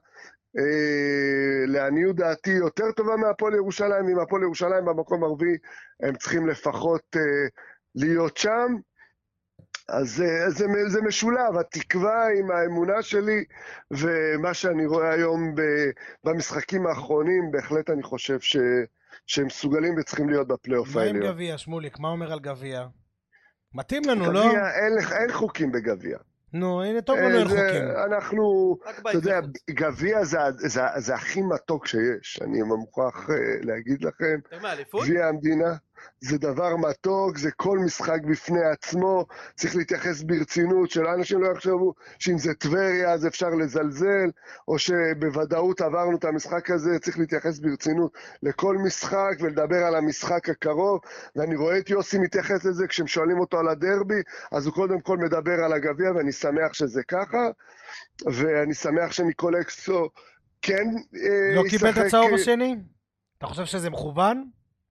אה, לעניות דעתי יותר טובה מהפועל ירושלים, אם הפועל ירושלים במקום הרביעי, הם צריכים לפחות אה, להיות שם, אז זה, זה, זה משולב, התקווה עם האמונה שלי, ומה שאני רואה היום במשחקים האחרונים, בהחלט אני חושב ש, שהם מסוגלים וצריכים להיות בפלייאוף העליון. מה עם גביע, שמוליק? מה אומר על גביע? מתאים לנו, גביע, לא? אין, אין חוקים בגביע. נו, הנה טוב לנו אין חוקים. אנחנו, אתה יודע, גביע זה, זה, זה הכי מתוק שיש, אני מוכרח להגיד לכם. גביע המדינה. זה דבר מתוק, זה כל משחק בפני עצמו, צריך להתייחס ברצינות, של אנשים לא יחשבו שאם זה טבריה אז אפשר לזלזל, או שבוודאות עברנו את המשחק הזה, צריך להתייחס ברצינות לכל משחק ולדבר על המשחק הקרוב, ואני רואה את יוסי מתייחס לזה, כשהם שואלים אותו על הדרבי, אז הוא קודם כל מדבר על הגביע, ואני שמח שזה ככה, ואני שמח שניקולקסו כן לא קיבל את הצהוב השני? אתה חושב שזה מכוון?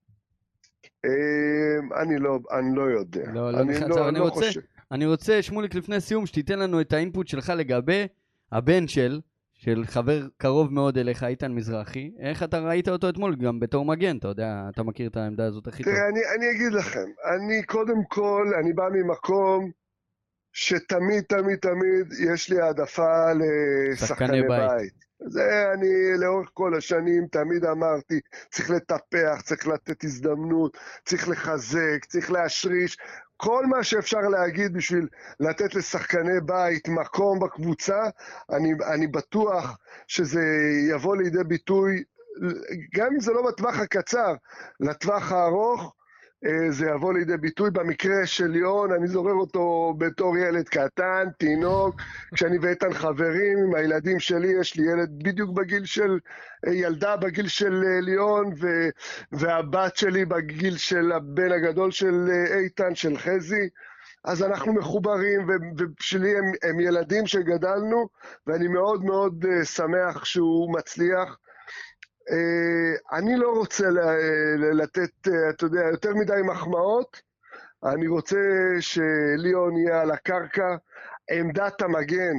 אני לא, אני לא יודע. לא, לא נחץ, אבל אני רוצה, אני רוצה, שמוליק, לפני סיום, שתיתן לנו את האינפוט שלך לגבי הבן של, של חבר קרוב מאוד אליך, איתן מזרחי. איך אתה ראית אותו אתמול? גם בתור מגן, אתה יודע, אתה מכיר את העמדה הזאת הכי טוב. תראה, אני, אני אגיד לכם, אני קודם כל, אני בא ממקום שתמיד, תמיד, תמיד יש לי העדפה לשחקני בית. בית. זה אני לאורך כל השנים תמיד אמרתי, צריך לטפח, צריך לתת הזדמנות, צריך לחזק, צריך להשריש, כל מה שאפשר להגיד בשביל לתת לשחקני בית מקום בקבוצה, אני, אני בטוח שזה יבוא לידי ביטוי, גם אם זה לא בטווח הקצר, לטווח הארוך, זה יבוא לידי ביטוי. במקרה של ליאון, אני זוכר אותו בתור ילד קטן, תינוק, כשאני ואיתן חברים עם הילדים שלי, יש לי ילד בדיוק בגיל של, ילדה בגיל של ליאון, ו, והבת שלי בגיל של הבן הגדול של איתן, של חזי, אז אנחנו מחוברים, ובשבילי הם, הם ילדים שגדלנו, ואני מאוד מאוד שמח שהוא מצליח. אני לא רוצה לתת, אתה יודע, יותר מדי מחמאות, אני רוצה שליאון יהיה על הקרקע, עמדת המגן,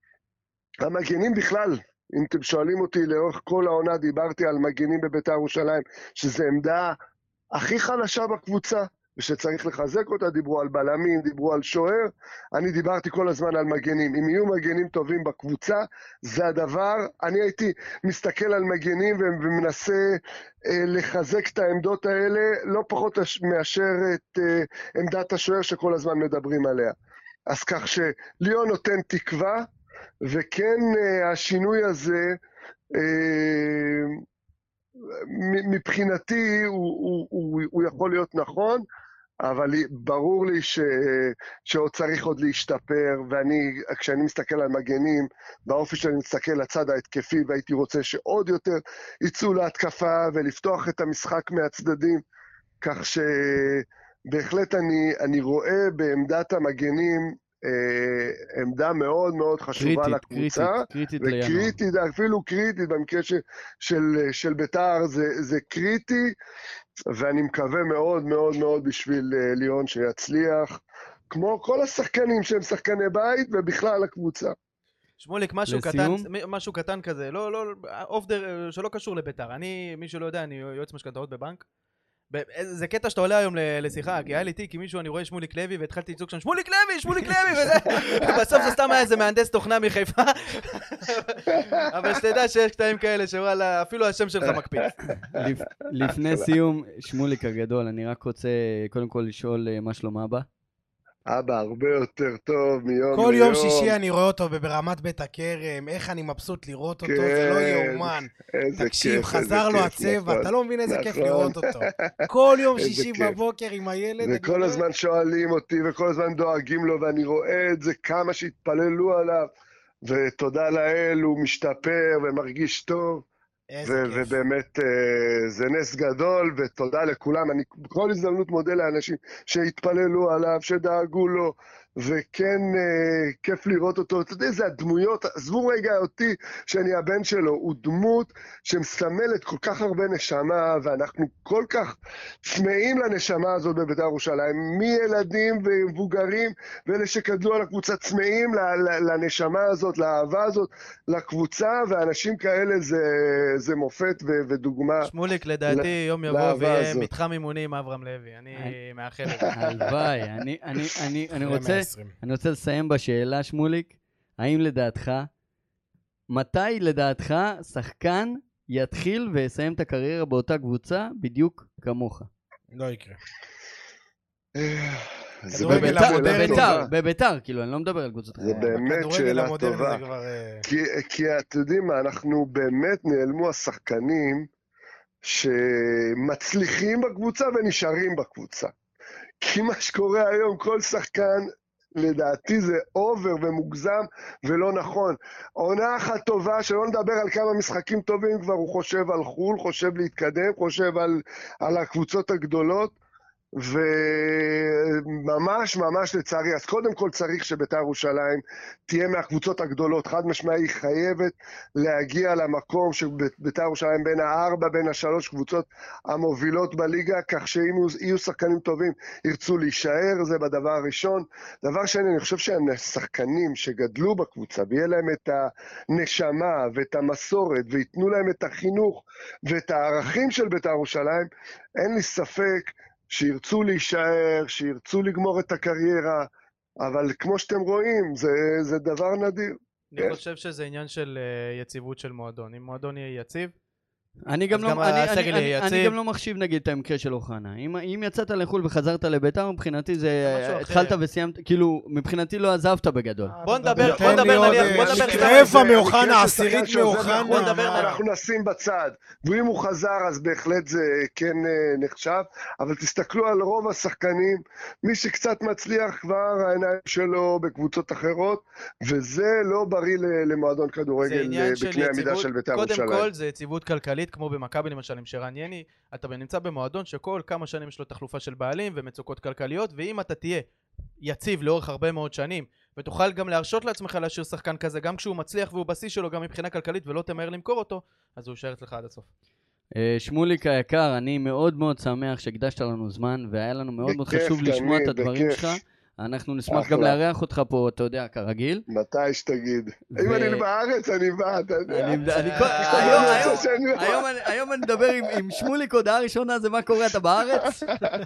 המגנים בכלל, אם אתם שואלים אותי לאורך כל העונה, דיברתי על מגנים בבית"ר ירושלים, שזו עמדה הכי חלשה בקבוצה, ושצריך לחזק אותה, דיברו על בלמים, דיברו על שוער, אני דיברתי כל הזמן על מגנים, אם יהיו מגנים טובים בקבוצה, זה הדבר, אני הייתי מסתכל על מגנים ומנסה אה, לחזק את העמדות האלה, לא פחות מאשר את אה, עמדת השוער שכל הזמן מדברים עליה. אז כך שליאון נותן תקווה, וכן אה, השינוי הזה, אה, מבחינתי הוא, הוא, הוא, הוא יכול להיות נכון, אבל ברור לי ש... שעוד צריך עוד להשתפר, ואני, כשאני מסתכל על מגנים, באופי שאני מסתכל לצד ההתקפי, והייתי רוצה שעוד יותר יצאו להתקפה ולפתוח את המשחק מהצדדים, כך שבהחלט אני, אני רואה בעמדת המגנים אה, עמדה מאוד מאוד חשובה קריטית, לקבוצה, קריטית, קריטית וקריטית, אפילו קריטית, במקרה של, של, של בית"ר זה, זה קריטי, ואני מקווה מאוד מאוד מאוד בשביל uh, ליאון שיצליח, כמו כל השחקנים שהם שחקני בית, ובכלל הקבוצה. שמוליק, משהו לסיום? קטן, משהו קטן כזה, לא, לא, אוף דר, שלא קשור לבית"ר. אני, מי שלא יודע, אני יועץ משכנתאות בבנק. זה קטע שאתה עולה היום לשיחה, כי היה לי תיק עם מישהו, אני רואה שמוליק לוי, והתחלתי לצעוק שם, שמוליק לוי, שמוליק לוי, וזה, ובסוף זה סתם היה איזה מהנדס תוכנה מחיפה, אבל שתדע שיש קטעים כאלה שוואלה, אפילו השם שלך מקפיץ. לפני סיום, שמוליק הגדול, אני רק רוצה קודם כל לשאול מה שלום אבא. אבא הרבה יותר טוב מיום כל ליום. יום שישי אני רואה אותו ברמת בית הכרם, איך אני מבסוט לראות אותו, זה לא יאומן. תקשיב, חזר לו הצבע, אתה לא מבין איזה כיף לראות אותו. כל יום שישי בבוקר עם הילד. וכל הזמן שואלים אותי, וכל הזמן דואגים לו, ואני רואה את זה כמה שהתפללו עליו, ותודה לאל, הוא משתפר ומרגיש טוב. ובאמת זה נס גדול, ותודה לכולם. אני בכל הזדמנות מודה לאנשים שהתפללו עליו, שדאגו לו, וכן כיף לראות אותו. אתה יודע, זה הדמויות, עזבו רגע אותי שאני הבן שלו, הוא דמות שמסמלת כל כך הרבה נשמה, ואנחנו כל כך צמאים לנשמה הזאת בבית"ר ירושלים, מילדים ומבוגרים, ואלה שקדלו על הקבוצה צמאים לנשמה הזאת, לאהבה הזאת, לקבוצה, ואנשים כאלה זה, זה מופת ו- ודוגמה. שמוליק, לדעתי יום יבוא ויהיה מתחם אימוני עם אברהם לוי, אני מאחל את זה. הלוואי, אני, אני, אני, אני רוצה, אני רוצה לסיים בשאלה, שמוליק, האם לדעתך, מתי לדעתך שחקן יתחיל ויסיים את הקריירה באותה קבוצה בדיוק כמוך? לא יקרה. זה בבית"ר, בבית"ר, כאילו, אני לא מדבר על קבוצות. זה באמת שאלה טובה. כי אתם יודעים מה, אנחנו באמת נעלמו השחקנים שמצליחים בקבוצה ונשארים בקבוצה. כי מה שקורה היום, כל שחקן, לדעתי זה אובר ומוגזם ולא נכון. עונה אחת טובה, שלא נדבר על כמה משחקים טובים, כבר הוא חושב על חול, חושב להתקדם, חושב על, על הקבוצות הגדולות, וממש ממש לצערי, אז קודם כל צריך שבית"ר ירושלים תהיה מהקבוצות הגדולות, חד משמעי, היא חייבת להגיע למקום שבית"ר ירושלים בין הארבע, בין השלוש קבוצות המובילות בליגה, כך שאם יהיו שחקנים טובים ירצו להישאר, זה בדבר הראשון. דבר שני, אני חושב שהשחקנים שגדלו בקבוצה ויהיה להם את הנשמה ואת המסורת ויתנו להם את החינוך ואת הערכים של בית"ר ירושלים, אין לי ספק שירצו להישאר, שירצו לגמור את הקריירה, אבל כמו שאתם רואים, זה, זה דבר נדיר. אני חושב שזה עניין של uh, יציבות של מועדון. אם מועדון יהיה יציב, אני גם, לא, גם אני, הסגל אני, יהיה אני, יציב. אני גם לא מחשיב נגיד את המקרה של אוחנה. אם, אם יצאת לחול וחזרת לבית"ר, מבחינתי זה משהו התחלת אחר. וסיימת, כאילו, מבחינתי לא עזבת בגדול. בוא נדבר, תן בוא לי נדבר עוד, נניח, בוא אה, נדבר מקרה סתם. איפה זה מאוחנה, מקרה של עשירית שחקן שעוזב מאוחנה. לחו"ל, בוא נדבר, אנחנו נשים בצד, ואם הוא חזר אז בהחלט זה כן נחשב, אבל תסתכלו על רוב השחקנים, מי שקצת מצליח כבר העיניים שלו בקבוצות אחרות, וזה לא בריא למועדון זה כדורגל עניין של בקנה המידה יציבות, של בית"ר ירושלים. קודם כל זה יציבות כלכלית, כמו במכבי למשל עם שרן יני, אתה נמצא במועדון שכל כמה שנים יש לו תחלופה של בעלים ומצוקות כלכליות, ואם אתה תהיה יציב לאורך הרבה מאוד שנים, ותוכל גם להרשות לעצמך להשאיר שחקן כזה, גם כשהוא מצליח והוא בשיא שלו גם מבחינה כלכלית, ולא תמהר למכור אותו, אז הוא יישאר אצלך עד הסוף. שמוליק היקר, אני מאוד מאוד שמח שהקדשת לנו זמן, והיה לנו מאוד מאוד חשוב לשמוע את הדברים שלך. אנחנו נשמח גם לארח אותך פה, אתה יודע, כרגיל. מתי שתגיד. אם אני בארץ, אני בא, אתה יודע. היום אני מדבר עם שמוליק, הודעה ראשונה זה מה קורה, אתה בארץ?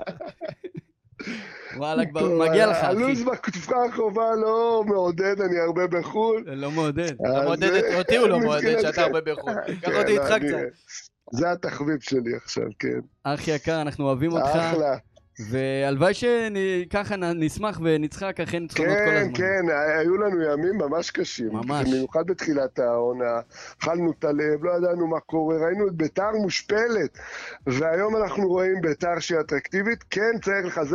וואלה, כבר מגיע לך, אחי. הלו"ז בתקופה הקרובה לא מעודד, אני הרבה בחו"ל. לא מעודד. אתה מעודד אותי, הוא לא מעודד שאתה הרבה בחו"ל. קח אותי איתך קצת. זה התחביב שלי עכשיו, כן. אחי יקר, אנחנו אוהבים אותך. אחלה. והלוואי שככה נשמח ונצחק אחרי ניצחונות כל הזמן. כן, כן, היו לנו ימים ממש קשים. ממש. במיוחד בתחילת העונה, אכלנו את הלב, לא ידענו מה קורה, ראינו את בית"ר מושפלת, והיום אנחנו רואים בית"ר שהיא אטרקטיבית, כן צריך לחזק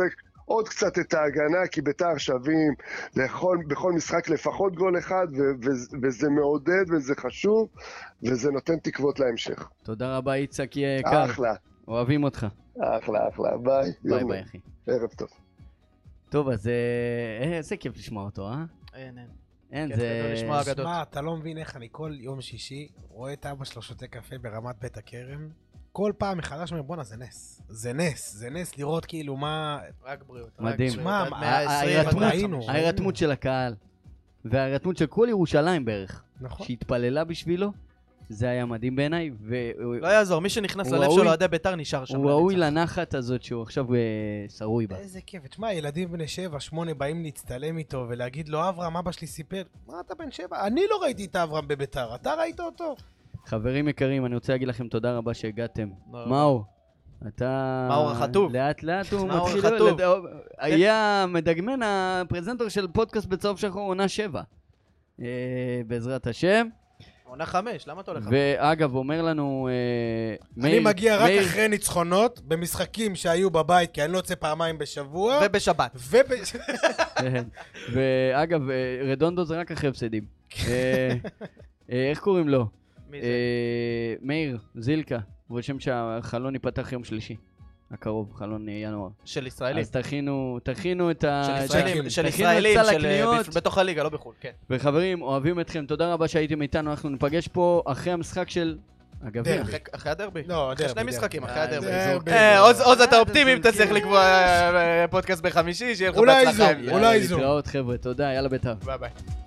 עוד קצת את ההגנה, כי בית"ר שווים לכל, בכל משחק לפחות גול אחד, ו- ו- וזה מעודד וזה חשוב, וזה נותן תקוות להמשך. תודה רבה, איצק יקר. אחלה. אוהבים אותך. אחלה, אחלה. ביי. ביי ביי, אחי. ערב טוב. טוב, אז אה, איזה כיף לשמוע אותו, אה? אין, אין. אין, כיף זה... גדול לשמוע אגדות. שמע, אתה לא מבין איך אני כל יום שישי רואה את אבא שלו שותה קפה ברמת בית הכרם. כל פעם מחדש אומר, בואנה, זה נס. זה נס, זה נס לראות כאילו מה... רק בריאות. מדהים. שמע, שמע, ההירתמות. ראינו. ההירתמות של הקהל, וההירתמות של כל ירושלים בערך, נכון. שהתפללה בשבילו, זה היה מדהים בעיניי, לא יעזור, מי שנכנס הוא ללב ראוי- שלו אוהדי בית"ר נשאר שם. והוא ראוי לנצח. לנחת הזאת שהוא עכשיו אה, שרוי בה. איזה כיף. תשמע, ילדים בני שבע, שמונה באים להצטלם איתו ולהגיד לו, אברהם, אבא שלי סיפר, מה אתה בן שבע? אני לא ראיתי את אברהם בבית"ר, אתה ראית אותו? חברים יקרים, אני רוצה להגיד לכם תודה רבה שהגעתם. לא, מאור, אתה... מאור החטוב. לאט לאט הוא מאור מתחיל... החטוב. לד- היה מדגמן הפרזנטור של פודקאסט בצהוב שחור עונה שבע. אה, בעזרת השם. עונה חמש, למה אתה הולך? ואגב, אומר לנו... אה, אני מאיר- מגיע רק מאיר- אחרי ניצחונות, במשחקים שהיו בבית, כי אני לא יוצא פעמיים בשבוע. ובשבת. וב... כן. ואגב, אה, רדונדו זה רק אחרי הפסדים. אה, אה, איך קוראים לו? מי זה? אה, מאיר, זילקה, רושם שהחלון ייפתח יום שלישי. הקרוב, חלון אה, ינואר. של ישראלים. אז תכינו, תכינו את ה... של את ישראלים, ה- של תכינו את ישראלים, סל של, אה, הקניות. בפ- בתוך הליגה, לא בחו"ל, כן. וחברים, אוהבים אתכם, תודה רבה שהייתם איתנו, אנחנו ניפגש פה אחרי המשחק של הגביע. דרבי. אחרי- אחרי הדרבי. לא, אחרי דרבי, שני דרבי. משחקים, אחרי אה, הדרבי. דרבי. אה, עוז- עוז, אתה אה, אופטימי אם זה תצליח כאילו- לקבוע אה, פודקאסט בחמישי, שיהיה לך אולי בהצלחה. זו, יאללה, אולי זו. להתראות חבר'ה, תודה, יאללה בית"ר. ביי ביי.